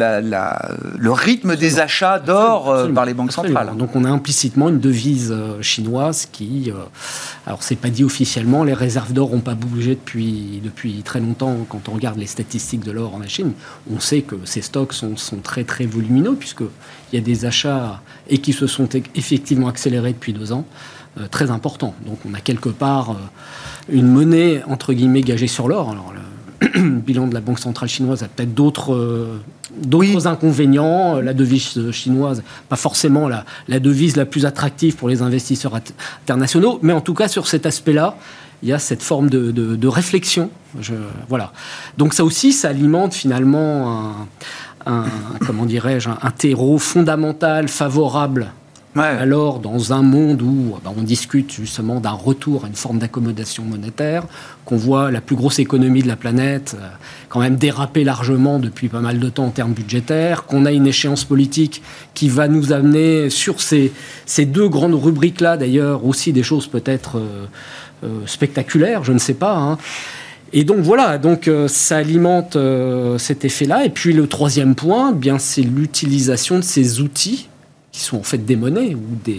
le rythme des achats d'or par les banques centrales. Donc on a implicitement une devise chinoise qui, alors c'est pas dit officiellement, les réserves d'or n'ont pas bougé depuis très longtemps. Quand on regarde les statistiques de l'or en Chine, on sait que ces stocks sont très très volumineux puisqu'il y a des achats et qui se sont effectivement accélérés depuis 2 ans, très importants. Donc on a quelque part une monnaie entre guillemets gagée sur l'or. Alors le bilan de la Banque centrale chinoise a peut-être d'autres inconvénients. La devise chinoise, pas forcément la devise la plus attractive pour les investisseurs internationaux, mais en tout cas sur cet aspect-là, il y a cette forme de réflexion. Voilà. Donc ça aussi, ça alimente finalement un terreau fondamental favorable. Ouais. Alors, dans un monde où on discute justement d'un retour à une forme d'accommodation monétaire, qu'on voit la plus grosse économie de la planète quand même déraper largement depuis pas mal de temps en termes budgétaires, qu'on a une échéance politique qui va nous amener sur ces 2 grandes rubriques-là, d'ailleurs, aussi des choses peut-être spectaculaires, je ne sais pas, hein. Et donc voilà, ça alimente cet effet-là. Et puis le 3e point, bien, c'est l'utilisation de ces outils qui sont en fait des monnaies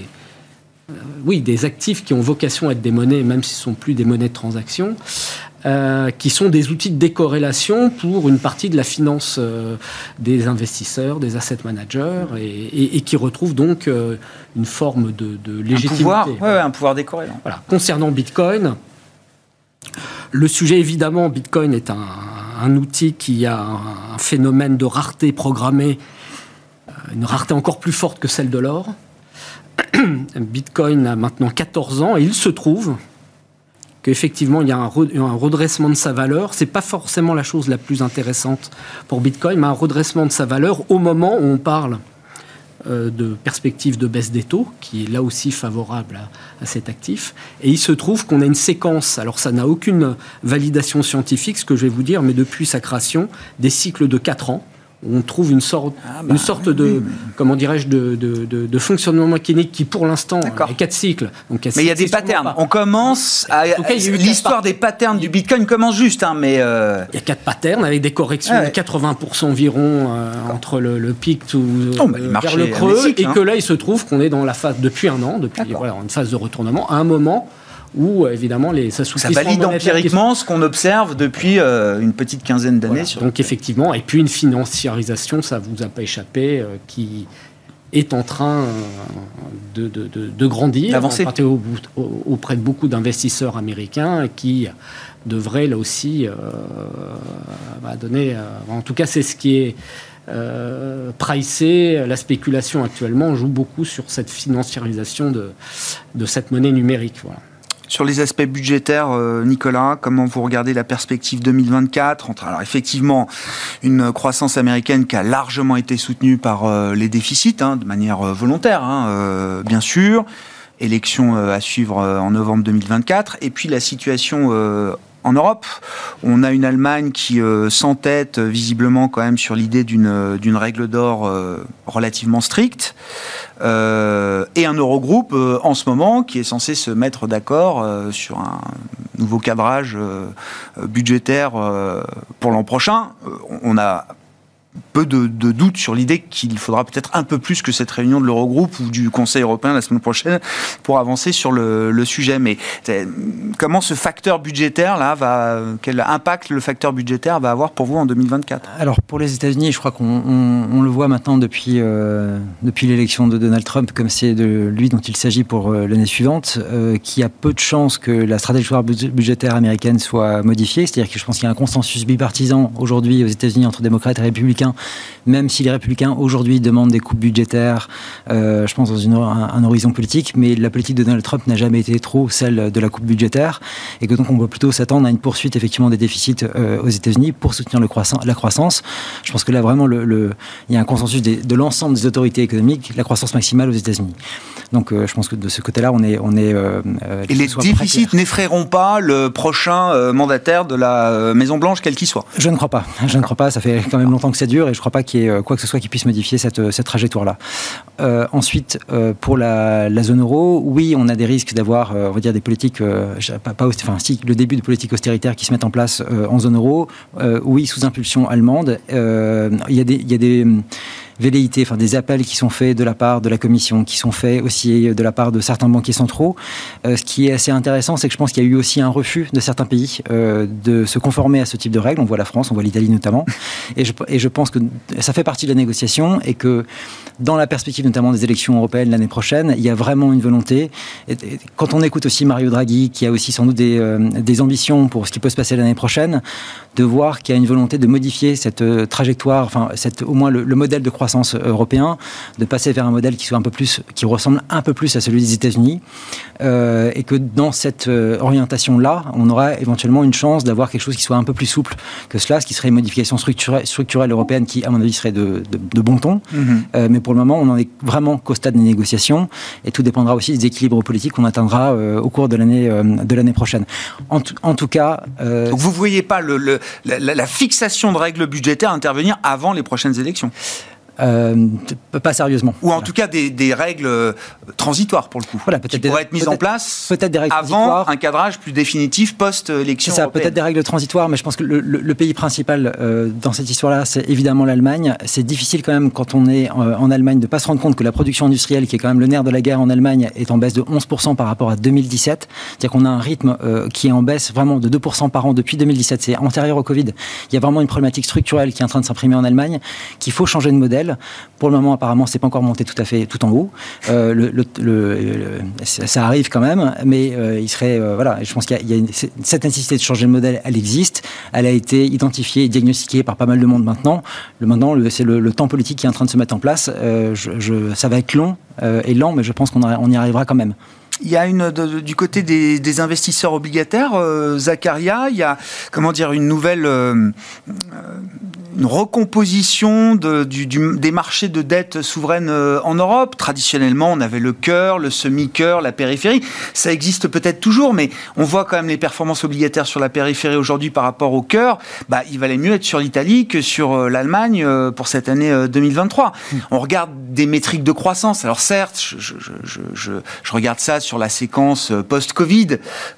ou des actifs qui ont vocation à être des monnaies, même s'ils ne sont plus des monnaies de transaction, qui sont des outils de décorrélation pour une partie de la finance des investisseurs, des asset managers, et qui retrouvent donc une forme de légitimité. Un pouvoir décorrélant. Voilà. Concernant Bitcoin, le sujet, évidemment, Bitcoin est un outil qui a un phénomène de rareté programmée, une rareté encore plus forte que celle de l'or. Bitcoin a maintenant 14 ans et il se trouve qu'effectivement il y a un redressement de sa valeur. C'est pas forcément la chose la plus intéressante pour Bitcoin, mais un redressement de sa valeur au moment où on parle de perspective de baisse des taux, qui est là aussi favorable à cet actif. Et il se trouve qu'on a une séquence, alors ça n'a aucune validation scientifique, ce que je vais vous dire, mais depuis sa création, des cycles de 4 ans, on trouve une sorte comment dirais-je, de fonctionnement mécanique qui, pour l'instant, est 4 cycles. Donc, mais il y a des patterns. On commence l'histoire des patterns du Bitcoin commence juste, hein, mais... Il y a 4 patterns avec des corrections de 80% environ entre le pic vers le creux, et que là, il se trouve qu'on est dans la phase, depuis un an, une phase de retournement, à un moment où, évidemment, ça valide empiriquement ce qu'on observe depuis une petite quinzaine d'années. Voilà. Donc, effectivement, et puis une financiarisation, ça ne vous a pas échappé, qui est en train de grandir, d'avancer auprès de beaucoup d'investisseurs américains qui devrait, là aussi, donner... en tout cas, c'est ce qui est... pricé. La spéculation actuellement joue beaucoup sur cette financiarisation de cette monnaie numérique. Voilà. Sur les aspects budgétaires, Nicolas, comment vous regardez la perspective 2024 alors effectivement, une croissance américaine qui a largement été soutenue par les déficits, de manière volontaire, bien sûr. Élection à suivre en novembre 2024. Et puis la situation en Europe. On a une Allemagne qui s'entête visiblement quand même sur l'idée d'une règle d'or relativement stricte. Et un Eurogroupe en ce moment qui est censé se mettre d'accord sur un nouveau cadrage budgétaire pour l'an prochain. On a peu de doutes sur l'idée qu'il faudra peut-être un peu plus que cette réunion de l'Eurogroupe ou du Conseil européen la semaine prochaine pour avancer sur le sujet. Mais comment ce facteur budgétaire-là quel impact le facteur budgétaire va avoir pour vous en 2024 ? Alors pour les États-Unis, je crois qu'on le voit maintenant depuis l'élection de Donald Trump, comme c'est de lui dont il s'agit pour l'année suivante, qu'il y a peu de chances que la stratégie budgétaire américaine soit modifiée. C'est-à-dire que je pense qu'il y a un consensus bipartisan aujourd'hui aux États-Unis entre démocrates et républicains républicains, même si les républicains aujourd'hui demandent des coupes budgétaires, je pense dans un horizon politique, mais la politique de Donald Trump n'a jamais été trop celle de la coupe budgétaire, et que donc on peut plutôt s'attendre à une poursuite effectivement des déficits aux États-Unis pour soutenir la croissance. Je pense que là vraiment il y a un consensus de l'ensemble des autorités économiques, la croissance maximale aux États-Unis. Donc je pense que de ce côté-là, on est et les déficits n'effraieront pas le prochain mandataire de la Maison-Blanche, quel qu'il soit. Je ne crois pas. Ça fait quand même longtemps que ça dure, et je ne crois pas qu'il y ait quoi que ce soit qui puisse modifier cette trajectoire-là. Ensuite, pour la zone euro, oui, on a des risques d'avoir, on va dire, des politiques, le début de politiques austéritaires qui se mettent en place en zone euro. Oui, sous impulsion allemande. Il y a des velléités, enfin des appels qui sont faits de la part de la Commission, qui sont faits aussi de la part de certains banquiers centraux. Ce qui est assez intéressant, c'est que je pense qu'il y a eu aussi un refus de certains pays de se conformer à ce type de règles. On voit la France, on voit l'Italie notamment. Et je pense que ça fait partie de la négociation, et que dans la perspective notamment des élections européennes l'année prochaine, il y a vraiment une volonté. Et quand on écoute aussi Mario Draghi, qui a aussi sans doute des ambitions pour ce qui peut se passer l'année prochaine, de voir qu'il y a une volonté de modifier cette trajectoire, enfin au moins le modèle de croissance européen, de passer vers un modèle qui ressemble un peu plus à celui des États-Unis, et que dans cette orientation-là, on aura éventuellement une chance d'avoir quelque chose qui soit un peu plus souple que cela, ce qui serait une modification structurelle européenne qui, à mon avis, serait de bon ton. Mais pour le moment, on en est vraiment qu'au stade des négociations, et tout dépendra aussi des équilibres politiques qu'on atteindra au cours de l'année prochaine. En tout cas... Donc vous ne voyez pas la fixation de règles budgétaires intervenir avant les prochaines élections? Pas sérieusement. Ou en tout cas des règles transitoires pour le coup, qui pourraient être mises en place avant un cadrage plus définitif post-élection européenne. Peut-être des règles transitoires, mais je pense que le pays principal dans cette histoire-là, c'est évidemment l'Allemagne. C'est difficile quand même, quand on est en Allemagne, de ne pas se rendre compte que la production industrielle, qui est quand même le nerf de la guerre en Allemagne, est en baisse de 11% par rapport à 2017. C'est-à-dire qu'on a un rythme qui est en baisse vraiment de 2% par an depuis 2017. C'est antérieur au Covid. Il y a vraiment une problématique structurelle qui est en train de s'imprimer en Allemagne, qu'il faut changer de modèle. Pour le moment, apparemment, c'est pas encore monté tout à fait tout en haut. Ça arrive quand même, mais il serait voilà. Je pense qu'il y a cette nécessité de changer de modèle. Elle existe. Elle a été identifiée et diagnostiquée par pas mal de monde maintenant. C'est le temps politique qui est en train de se mettre en place. Ça va être long et lent, mais je pense qu'on y arrivera quand même. Il y a du côté des investisseurs obligataires, Zacharia, il y a une nouvelle une recomposition des marchés de dette souveraine en Europe. Traditionnellement, on avait le cœur, le semi-cœur, la périphérie. Ça existe peut-être toujours, mais on voit quand même les performances obligataires sur la périphérie aujourd'hui par rapport au cœur. Il valait mieux être sur l'Italie que sur l'Allemagne pour cette année 2023. On regarde des métriques de croissance. Alors certes, je regarde ça sur la séquence post-Covid.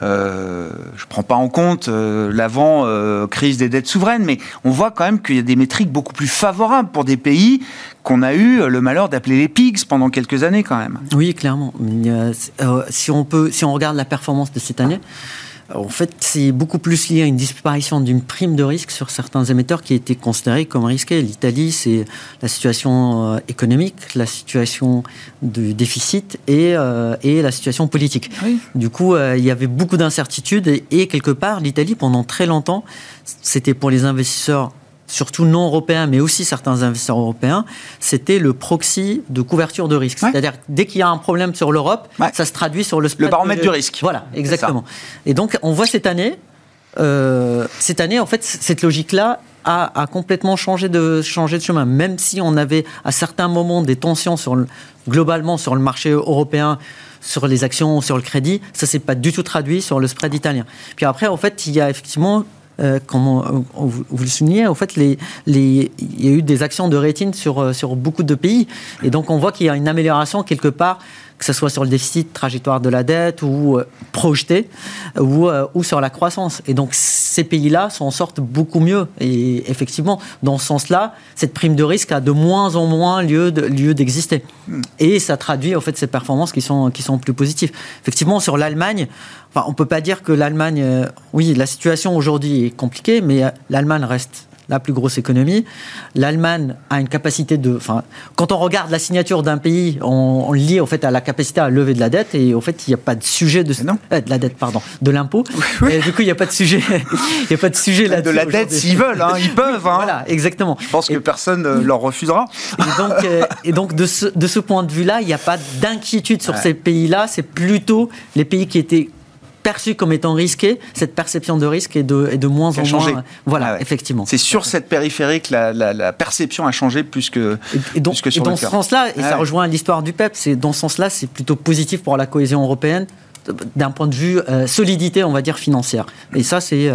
Je prends pas en compte l'avant-crise des dettes souveraines, mais on voit quand même qu'il y a des métriques beaucoup plus favorables pour des pays qu'on a eu le malheur d'appeler les pigs pendant quelques années quand même. Oui, clairement. Si on regarde la performance de cette année, en fait, c'est beaucoup plus lié à une disparition d'une prime de risque sur certains émetteurs qui étaient considérés comme risqués. L'Italie, c'est la situation économique, la situation du déficit et la situation politique. Oui. Du coup, il y avait beaucoup d'incertitudes et quelque part, l'Italie, pendant très longtemps, c'était pour les investisseurs surtout non européens, mais aussi certains investisseurs européens, c'était le proxy de couverture de risque. Ouais. C'est-à-dire, dès qu'il y a un problème sur l'Europe, ça se traduit sur le spread. Le baromètre du risque. Voilà, exactement. Et donc, on voit cette année, en fait, cette logique-là a complètement changé de chemin. Même si on avait, à certains moments, des tensions globalement sur le marché européen, sur les actions, sur le crédit, ça ne s'est pas du tout traduit sur le spread italien. Puis après, en fait, il y a effectivement... comme vous le soulignez, en fait, il y a eu des actions de rating sur beaucoup de pays. Et donc, on voit qu'il y a une amélioration quelque part, que ce soit sur le déficit, trajectoire de la dette, ou projeté, ou sur la croissance. Et donc, ces pays-là s'en sortent beaucoup mieux. Et effectivement, dans ce sens-là, cette prime de risque a de moins en moins lieu d'exister. Et ça traduit, en fait, ces performances qui sont plus positives. Effectivement, sur l'Allemagne, on ne peut pas dire que l'Allemagne... oui, la situation aujourd'hui est compliquée, mais l'Allemagne reste la plus grosse économie. L'Allemagne a une capacité quand on regarde la signature d'un pays, on le lie en fait à la capacité à lever de la dette, et en fait il n'y a pas de sujet de la dette, de l'impôt. Oui. Et du coup il n'y a pas de sujet, là-dessus. De la dette, s'ils veulent, ils peuvent. Voilà, exactement. Je pense que personne ne leur refusera. Et donc de ce point de vue-là, il n'y a pas d'inquiétude sur ces pays-là. C'est plutôt les pays qui étaient perçus comme étant risqués. Cette perception de risque est de moins en moins. Voilà, effectivement. C'est sur cette périphérie que la perception a changé plus que sur dans le ce cœur. sens-là, et ça rejoint l'histoire du PEP, dans ce sens-là, c'est plutôt positif pour la cohésion européenne d'un point de vue solidité, on va dire, financière. Et ça, c'est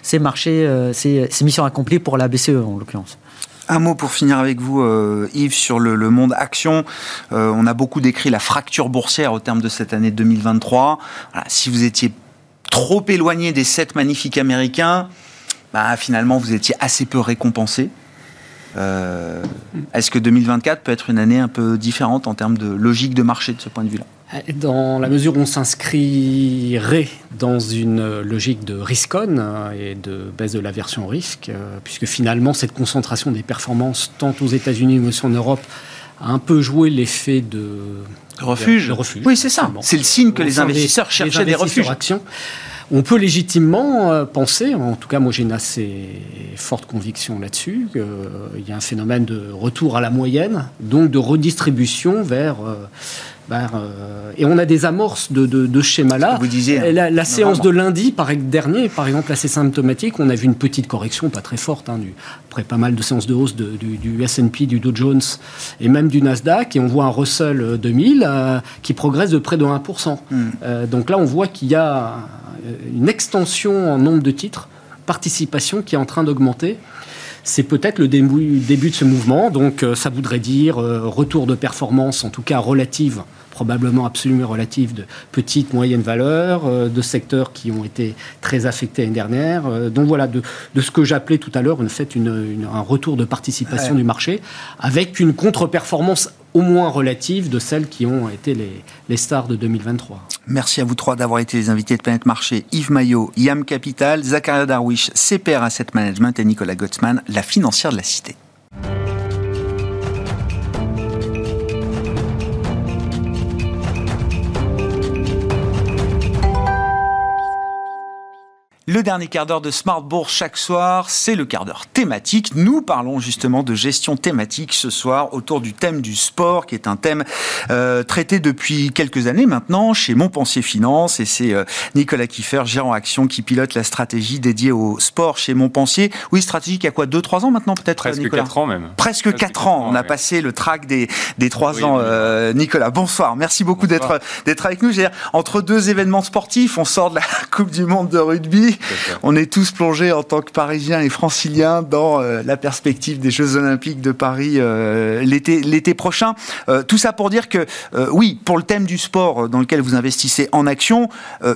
mission accomplie pour la BCE, en l'occurrence. Un mot pour finir avec vous, Yves, sur le monde action. On a beaucoup décrit la fracture boursière au terme de cette année 2023. Voilà, si vous étiez trop éloigné des 7 magnifiques américains, finalement, vous étiez assez peu récompensé. Est-ce que 2024 peut être une année un peu différente en termes de logique de marché de ce point de vue-là ? Dans la mesure où on s'inscrirait dans une logique de risk-on et de baisse de l'aversion au risque, puisque finalement cette concentration des performances, tant aux États-Unis mais aussi en Europe, a un peu joué l'effet de refuge. Oui, c'est ça. C'est le signe que les investisseurs cherchaient des refuges. Actions. On peut légitimement penser, en tout cas moi j'ai une assez forte conviction là-dessus, qu'il y a un phénomène de retour à la moyenne, donc de redistribution vers... et on a des amorces de schéma-là. Vous disiez, la séance de lundi dernier, par exemple, assez symptomatique. On a vu une petite correction, pas très forte, après pas mal de séances de hausse du S&P, du Dow Jones et même du Nasdaq. Et on voit un Russell 2000 qui progresse de près de 1%. Donc là, on voit qu'il y a une extension en nombre de titres, participation qui est en train d'augmenter. C'est peut-être le début de ce mouvement. Donc ça voudrait dire retour de performance, en tout cas relative, probablement absolument relative, de petites, moyennes valeurs, de secteurs qui ont été très affectés l'année dernière. Donc voilà, de ce que j'appelais tout à l'heure un retour de participation du marché, avec une contre-performance au moins relative de celles qui ont été les stars de 2023. Merci à vous trois d'avoir été les invités de Planète Marché. Yves Maillot, YAM Capital, Zakaria Darwish, CPR Asset Management et Nicolas Gottsman, la financière de la Cité. Le dernier quart d'heure de Smart Bourse chaque soir, c'est le quart d'heure thématique. Nous parlons justement de gestion thématique ce soir autour du thème du sport, qui est un thème traité depuis quelques années maintenant chez Montpensier Finance. Et c'est Nicolas Kieffer, gérant action, qui pilote la stratégie dédiée au sport chez Montpensier. Oui, stratégie qui a quoi, 2-3 ans maintenant peut-être, Presque Nicolas ? 4 ans même. Presque 4 ans. On a passé le track des 3 ans. Nicolas, bonsoir. Merci beaucoup d'être avec nous. Entre deux événements sportifs, on sort de la Coupe du Monde de rugby. On est tous plongés en tant que Parisiens et Franciliens dans la perspective des Jeux Olympiques de Paris l'été prochain. Tout ça pour dire que, oui, pour le thème du sport dans lequel vous investissez en action,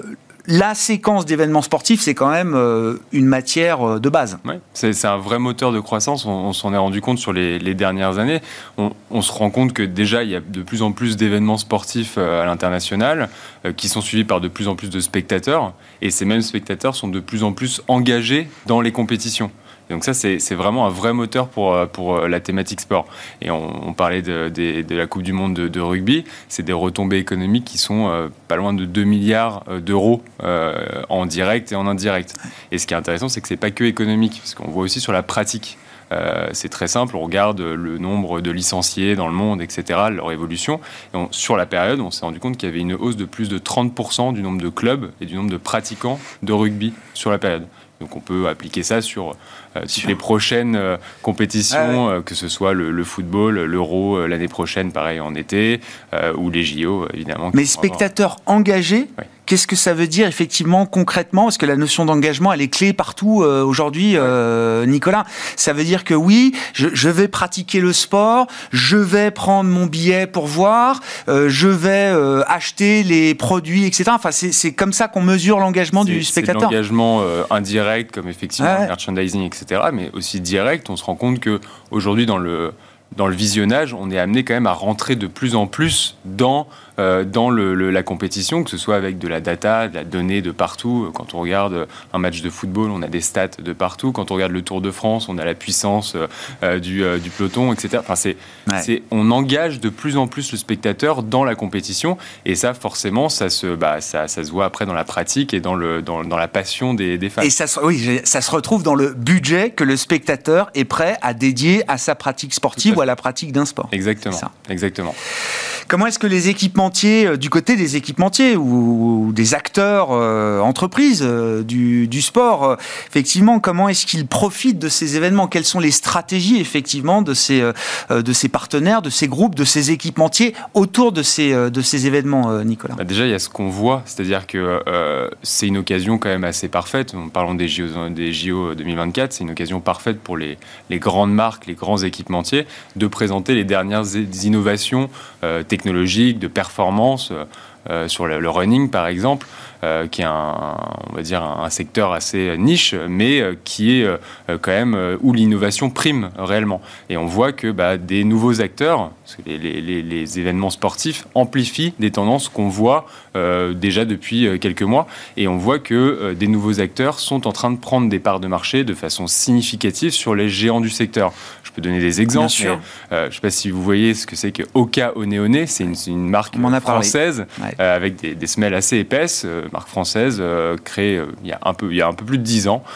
la séquence d'événements sportifs, c'est quand même une matière de base. Ouais, c'est un vrai moteur de croissance. On s'en est rendu compte sur les dernières années. On se rend compte que déjà, il y a de plus en plus d'événements sportifs à l'international qui sont suivis par de plus en plus de spectateurs. Et ces mêmes spectateurs sont de plus en plus engagés dans les compétitions. Et donc ça, c'est vraiment un vrai moteur pour la thématique sport. Et on parlait de la Coupe du Monde de rugby. C'est des retombées économiques qui sont pas loin de 2 milliards d'euros en direct et en indirect. Et ce qui est intéressant, c'est que c'est pas que économique, parce qu'on voit aussi sur la pratique. C'est très simple, on regarde le nombre de licenciés dans le monde, etc., leur évolution. Et sur la période, on s'est rendu compte qu'il y avait une hausse de plus de 30% du nombre de clubs et du nombre de pratiquants de rugby sur la période. Donc on peut appliquer ça sur les prochaines compétitions, que ce soit le football, l'Euro l'année prochaine, pareil en été, ou les JO, évidemment. Mais spectateurs engagés, qu'est-ce que ça veut dire effectivement, concrètement ? Parce que la notion d'engagement, elle est clé partout aujourd'hui, Nicolas. Ça veut dire que oui, je vais pratiquer le sport, je vais prendre mon billet pour voir, je vais acheter les produits, etc. Enfin, c'est comme ça qu'on mesure l'engagement du spectateur. C'est l'engagement indirect, comme effectivement le merchandising, etc., mais aussi direct. On se rend compte qu'aujourd'hui, dans le visionnage, on est amené quand même à rentrer de plus en plus dans dans la compétition, que ce soit avec de la data, de la donnée de partout. Quand on regarde un match de football, on a des stats de partout. Quand on regarde le Tour de France, on a la puissance du peloton, etc. Enfin, on engage de plus en plus le spectateur dans la compétition, et ça, forcément, ça se voit après dans la pratique et dans la passion des fans. Et ça se retrouve dans le budget que le spectateur est prêt à dédier à sa pratique sportive ou à la pratique d'un sport. Exactement. Comment est-ce que les équipementiers, du côté des équipementiers ou des acteurs, entreprises du sport, effectivement, comment est-ce qu'ils profitent de ces événements? Quelles sont les stratégies, effectivement, de ces partenaires, de ces groupes, de ces équipementiers autour de ces événements, Nicolas? Déjà, il y a ce qu'on voit, c'est-à-dire que c'est une occasion quand même assez parfaite. En parlant des JO 2024, c'est une occasion parfaite pour les grandes marques, les grands équipementiers, de présenter les dernières innovations technologiques, de performance sur le running, par exemple, qui est on va dire un secteur assez niche, mais qui est quand même où l'innovation prime réellement. Et on voit que des nouveaux acteurs, parce que les événements sportifs amplifient des tendances qu'on voit déjà depuis quelques mois, et on voit que des nouveaux acteurs sont en train de prendre des parts de marché de façon significative sur les géants du secteur. Je peux donner des exemples. Je ne sais pas si vous voyez ce que c'est que Oka One. C'est une marque française avec des semelles assez épaisses, marque française créée il y a un peu plus de 10 ans,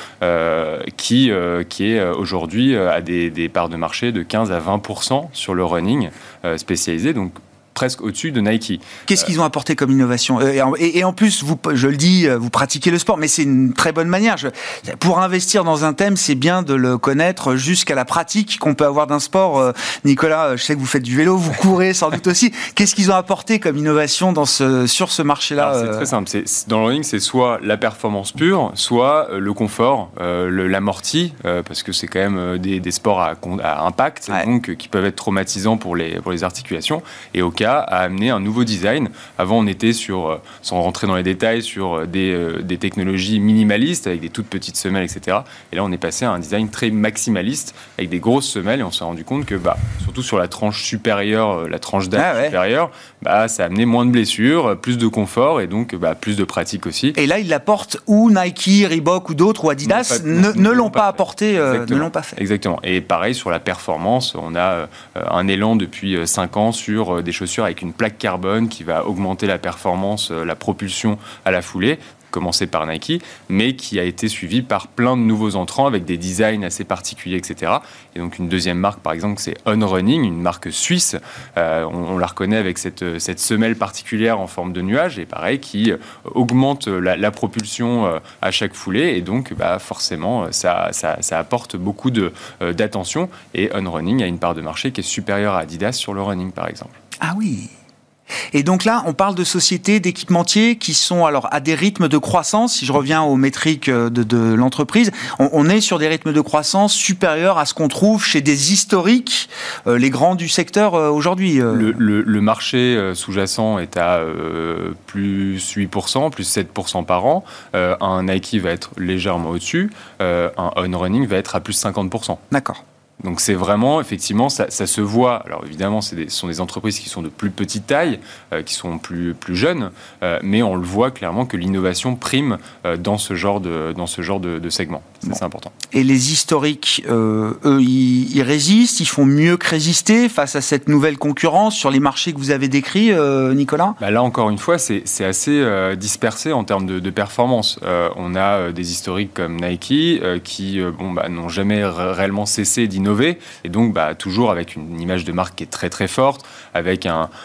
qui est aujourd'hui à des parts de marché de 15 à 20% sur le running spécialisé, donc presque au-dessus de Nike. Qu'est-ce qu'ils ont apporté comme innovation? Et en plus, je le dis, vous pratiquez le sport, mais c'est une très bonne manière. Pour investir dans un thème, c'est bien de le connaître jusqu'à la pratique qu'on peut avoir d'un sport. Nicolas, je sais que vous faites du vélo, vous courez sans doute aussi. Qu'est-ce qu'ils ont apporté comme innovation sur ce marché-là? Alors, c'est très simple. Dans le running, c'est soit la performance pure, soit le confort, l'amorti, parce que c'est quand même des sports à impact, donc qui peuvent être traumatisants pour les articulations. Et au cas a amené un nouveau design. Avant, on était sans rentrer dans les détails, sur des technologies minimalistes avec des toutes petites semelles, etc. Et là, on est passé à un design très maximaliste avec des grosses semelles, et on s'est rendu compte que, surtout sur la tranche supérieure, la tranche d'âge supérieure, ça a amené moins de blessures, plus de confort et donc plus de pratique aussi. Et là, ils l'apportent où Nike, Reebok ou d'autres, ou Adidas ne l'ont pas apporté, ne l'ont pas fait. Exactement. Et pareil, sur la performance, on a un élan depuis 5 ans sur des chaussures avec une plaque carbone qui va augmenter la performance, la propulsion à la foulée, commencé par Nike, mais qui a été suivi par plein de nouveaux entrants avec des designs assez particuliers, etc. Et donc une deuxième marque, par exemple, c'est On Running, une marque suisse. On la reconnaît avec cette semelle particulière en forme de nuage, et pareil, qui augmente la propulsion à chaque foulée, et donc forcément, ça apporte beaucoup d'attention. Et On Running a une part de marché qui est supérieure à Adidas sur le running, par exemple. Ah oui. Et donc là, on parle de sociétés, d'équipementiers qui sont alors à des rythmes de croissance. Si je reviens aux métriques de l'entreprise, on est sur des rythmes de croissance supérieurs à ce qu'on trouve chez des historiques, les grands du secteur aujourd'hui. Le marché sous-jacent est à plus 8%, plus 7% par an. Un Nike va être légèrement au-dessus. Un On Running va être à plus 50%. D'accord. Donc c'est vraiment, effectivement, ça se voit. Alors évidemment, ce sont des entreprises qui sont de plus petite taille, qui sont plus jeunes, mais on le voit clairement que l'innovation prime dans ce genre de segment. C'est important. Et les historiques, eux, ils résistent, ils font mieux que résister face à cette nouvelle concurrence sur les marchés que vous avez décrits, Nicolas ? Là, encore une fois, c'est assez dispersé en termes de performance. On a des historiques comme Nike qui n'ont jamais réellement cessé d'innover, et donc toujours avec une image de marque qui est très très forte, avec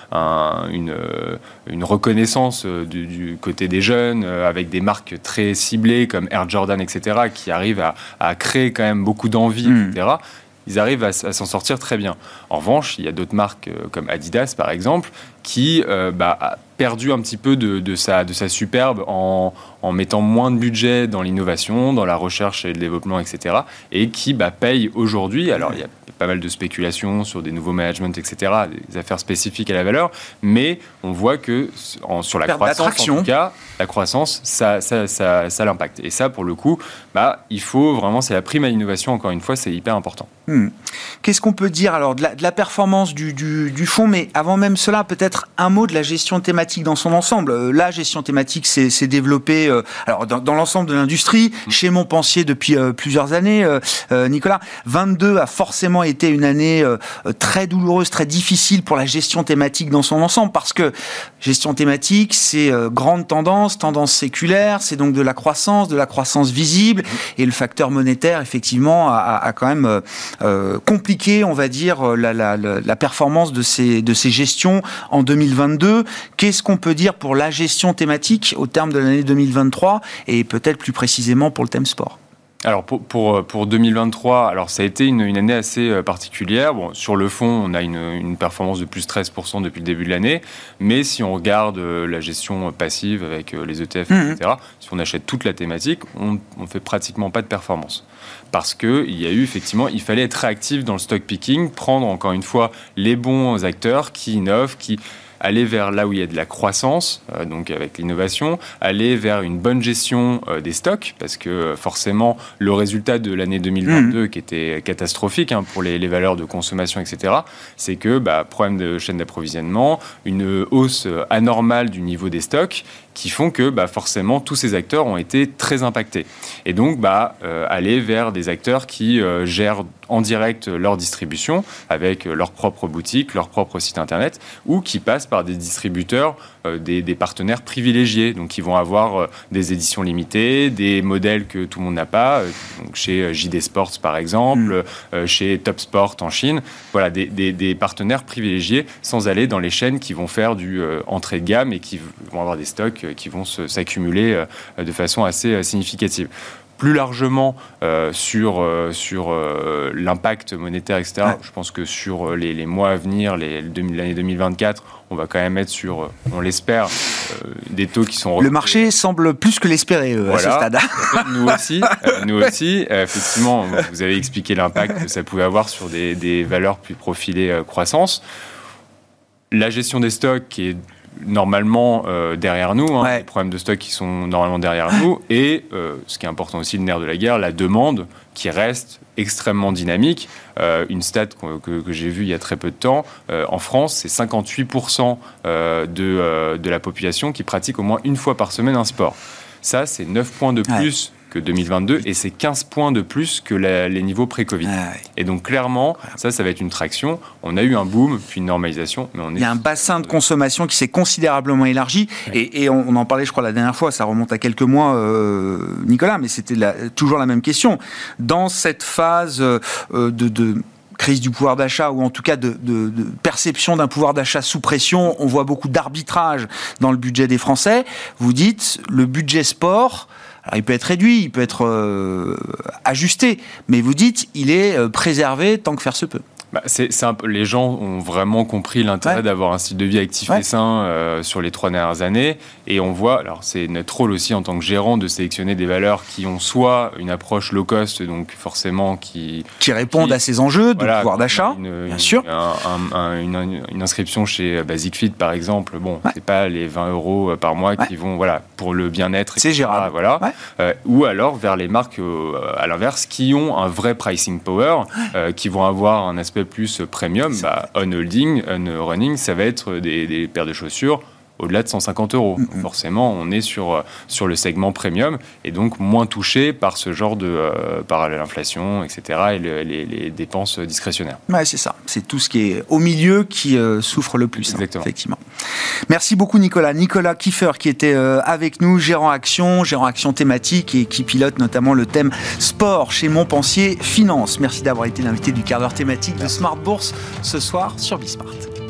une reconnaissance du côté des jeunes, avec des marques très ciblées comme Air Jordan, etc., qui arrivent à créer quand même beaucoup d'envie, etc. Ils arrivent à s'en sortir très bien. En revanche, il y a d'autres marques comme Adidas, par exemple, qui a perdu un petit peu de sa superbe en mettant moins de budget dans l'innovation, dans la recherche et le développement, etc. Et qui paye aujourd'hui. Alors, il y a pas mal de spéculations sur des nouveaux managements, etc., des affaires spécifiques à la valeur, mais on voit que sur la croissance, en tout cas, la croissance, ça l'impacte. Et ça, pour le coup, il faut vraiment, c'est la prime à l'innovation, encore une fois, c'est hyper important. Qu'est-ce qu'on peut dire alors de la performance du fonds, mais avant même cela, peut-être peut-être un mot de la gestion thématique dans son ensemble. La gestion thématique s'est développée alors dans l'ensemble de l'industrie, chez Montpensier depuis plusieurs années. Nicolas, 22 a forcément été une année très douloureuse, très difficile pour la gestion thématique dans son ensemble, parce que gestion thématique, c'est grande tendance séculaire, c'est donc de la croissance visible, et le facteur monétaire, effectivement, a quand même compliqué, on va dire, la performance de ces gestions en 2022. Qu'est-ce qu'on peut dire pour la gestion thématique au terme de l'année 2023 et peut-être plus précisément pour le thème sport? Alors pour 2023, alors ça a été une année assez particulière. Bon, sur le fond, on a une performance de plus 13% depuis le début de l'année, mais si on regarde la gestion passive avec les ETF, etc., si on achète toute la thématique, on fait pratiquement pas de performance. Parce que il fallait être réactif dans le stock picking, prendre encore une fois les bons acteurs qui innovent, qui aller vers là où il y a de la croissance, donc avec l'innovation, aller vers une bonne gestion des stocks, parce que forcément, le résultat de l'année 2022, qui était catastrophique pour les valeurs de consommation, etc., c'est que problème de chaîne d'approvisionnement, une hausse anormale du niveau des stocks, qui font que forcément tous ces acteurs ont été très impactés. Et donc aller vers des acteurs qui gèrent en direct leur distribution avec leur propre boutique, leur propre site internet, ou qui passent par des distributeurs, des partenaires privilégiés, donc qui vont avoir des éditions limitées, des modèles que tout le monde n'a pas, donc chez JD Sports par exemple, chez Top Sport en Chine, voilà, des partenaires privilégiés, sans aller dans les chaînes qui vont faire du entrée de gamme et qui vont avoir des stocks qui vont s'accumuler de façon assez significative. Plus largement sur l'impact monétaire, etc., je pense que sur les mois à venir, l'année 2024, on va quand même être sur, on l'espère, des taux qui sont... Le marché semble plus que l'espérer à ce stade. Nous aussi. Effectivement, vous avez expliqué l'impact que ça pouvait avoir sur des valeurs plus profilées croissance. La gestion des stocks qui est normalement derrière nous, les problèmes de stock qui sont normalement derrière nous, et ce qui est important aussi, le nerf de la guerre, la demande qui reste extrêmement dynamique. Une stat que j'ai vue il y a très peu de temps, en France, c'est 58% de la population qui pratique au moins une fois par semaine un sport. Ça, c'est 9 points de plus que 2022, et c'est 15 points de plus que les niveaux pré-Covid. Et donc clairement, ça va être une traction. On a eu un boom, puis une normalisation, mais il y a un bassin de consommation qui s'est considérablement élargi, et on en parlait, je crois, la dernière fois, ça remonte à quelques mois, Nicolas, mais c'était toujours la même question. Dans cette phase de crise du pouvoir d'achat, ou en tout cas de perception d'un pouvoir d'achat sous pression, on voit beaucoup d'arbitrage dans le budget des Français. Vous dites, le budget sport, alors il peut être réduit, il peut être ajusté, mais vous dites, il est préservé tant que faire se peut. Les gens ont vraiment compris l'intérêt d'avoir un style de vie actif et sain sur les 3 dernières années. Et on voit, alors c'est notre rôle aussi en tant que gérant de sélectionner des valeurs qui ont soit une approche low cost, donc forcément qui répondent à ces enjeux de pouvoir d'achat, bien sûr. Une inscription chez Basic Fit par exemple, c'est pas les 20 € par mois qui vont pour le bien-être. C'est gérable. Ou alors vers les marques à l'inverse qui ont un vrai pricing power, qui vont avoir un aspect plus premium, On Holding, On Running, ça va être des paires de chaussures au-delà de 150 €. Donc forcément, on est sur le segment premium et donc moins touché par ce genre par l'inflation, etc. et les dépenses discrétionnaires. C'est ça. C'est tout ce qui est au milieu qui souffre le plus. Exactement. Effectivement. Merci beaucoup, Nicolas. Nicolas Kieffer qui était avec nous, gérant action thématique et qui pilote notamment le thème sport chez Montpensier Finance. Merci d'avoir été l'invité du quart d'heure thématique de Smart Bourse ce soir sur Bismart.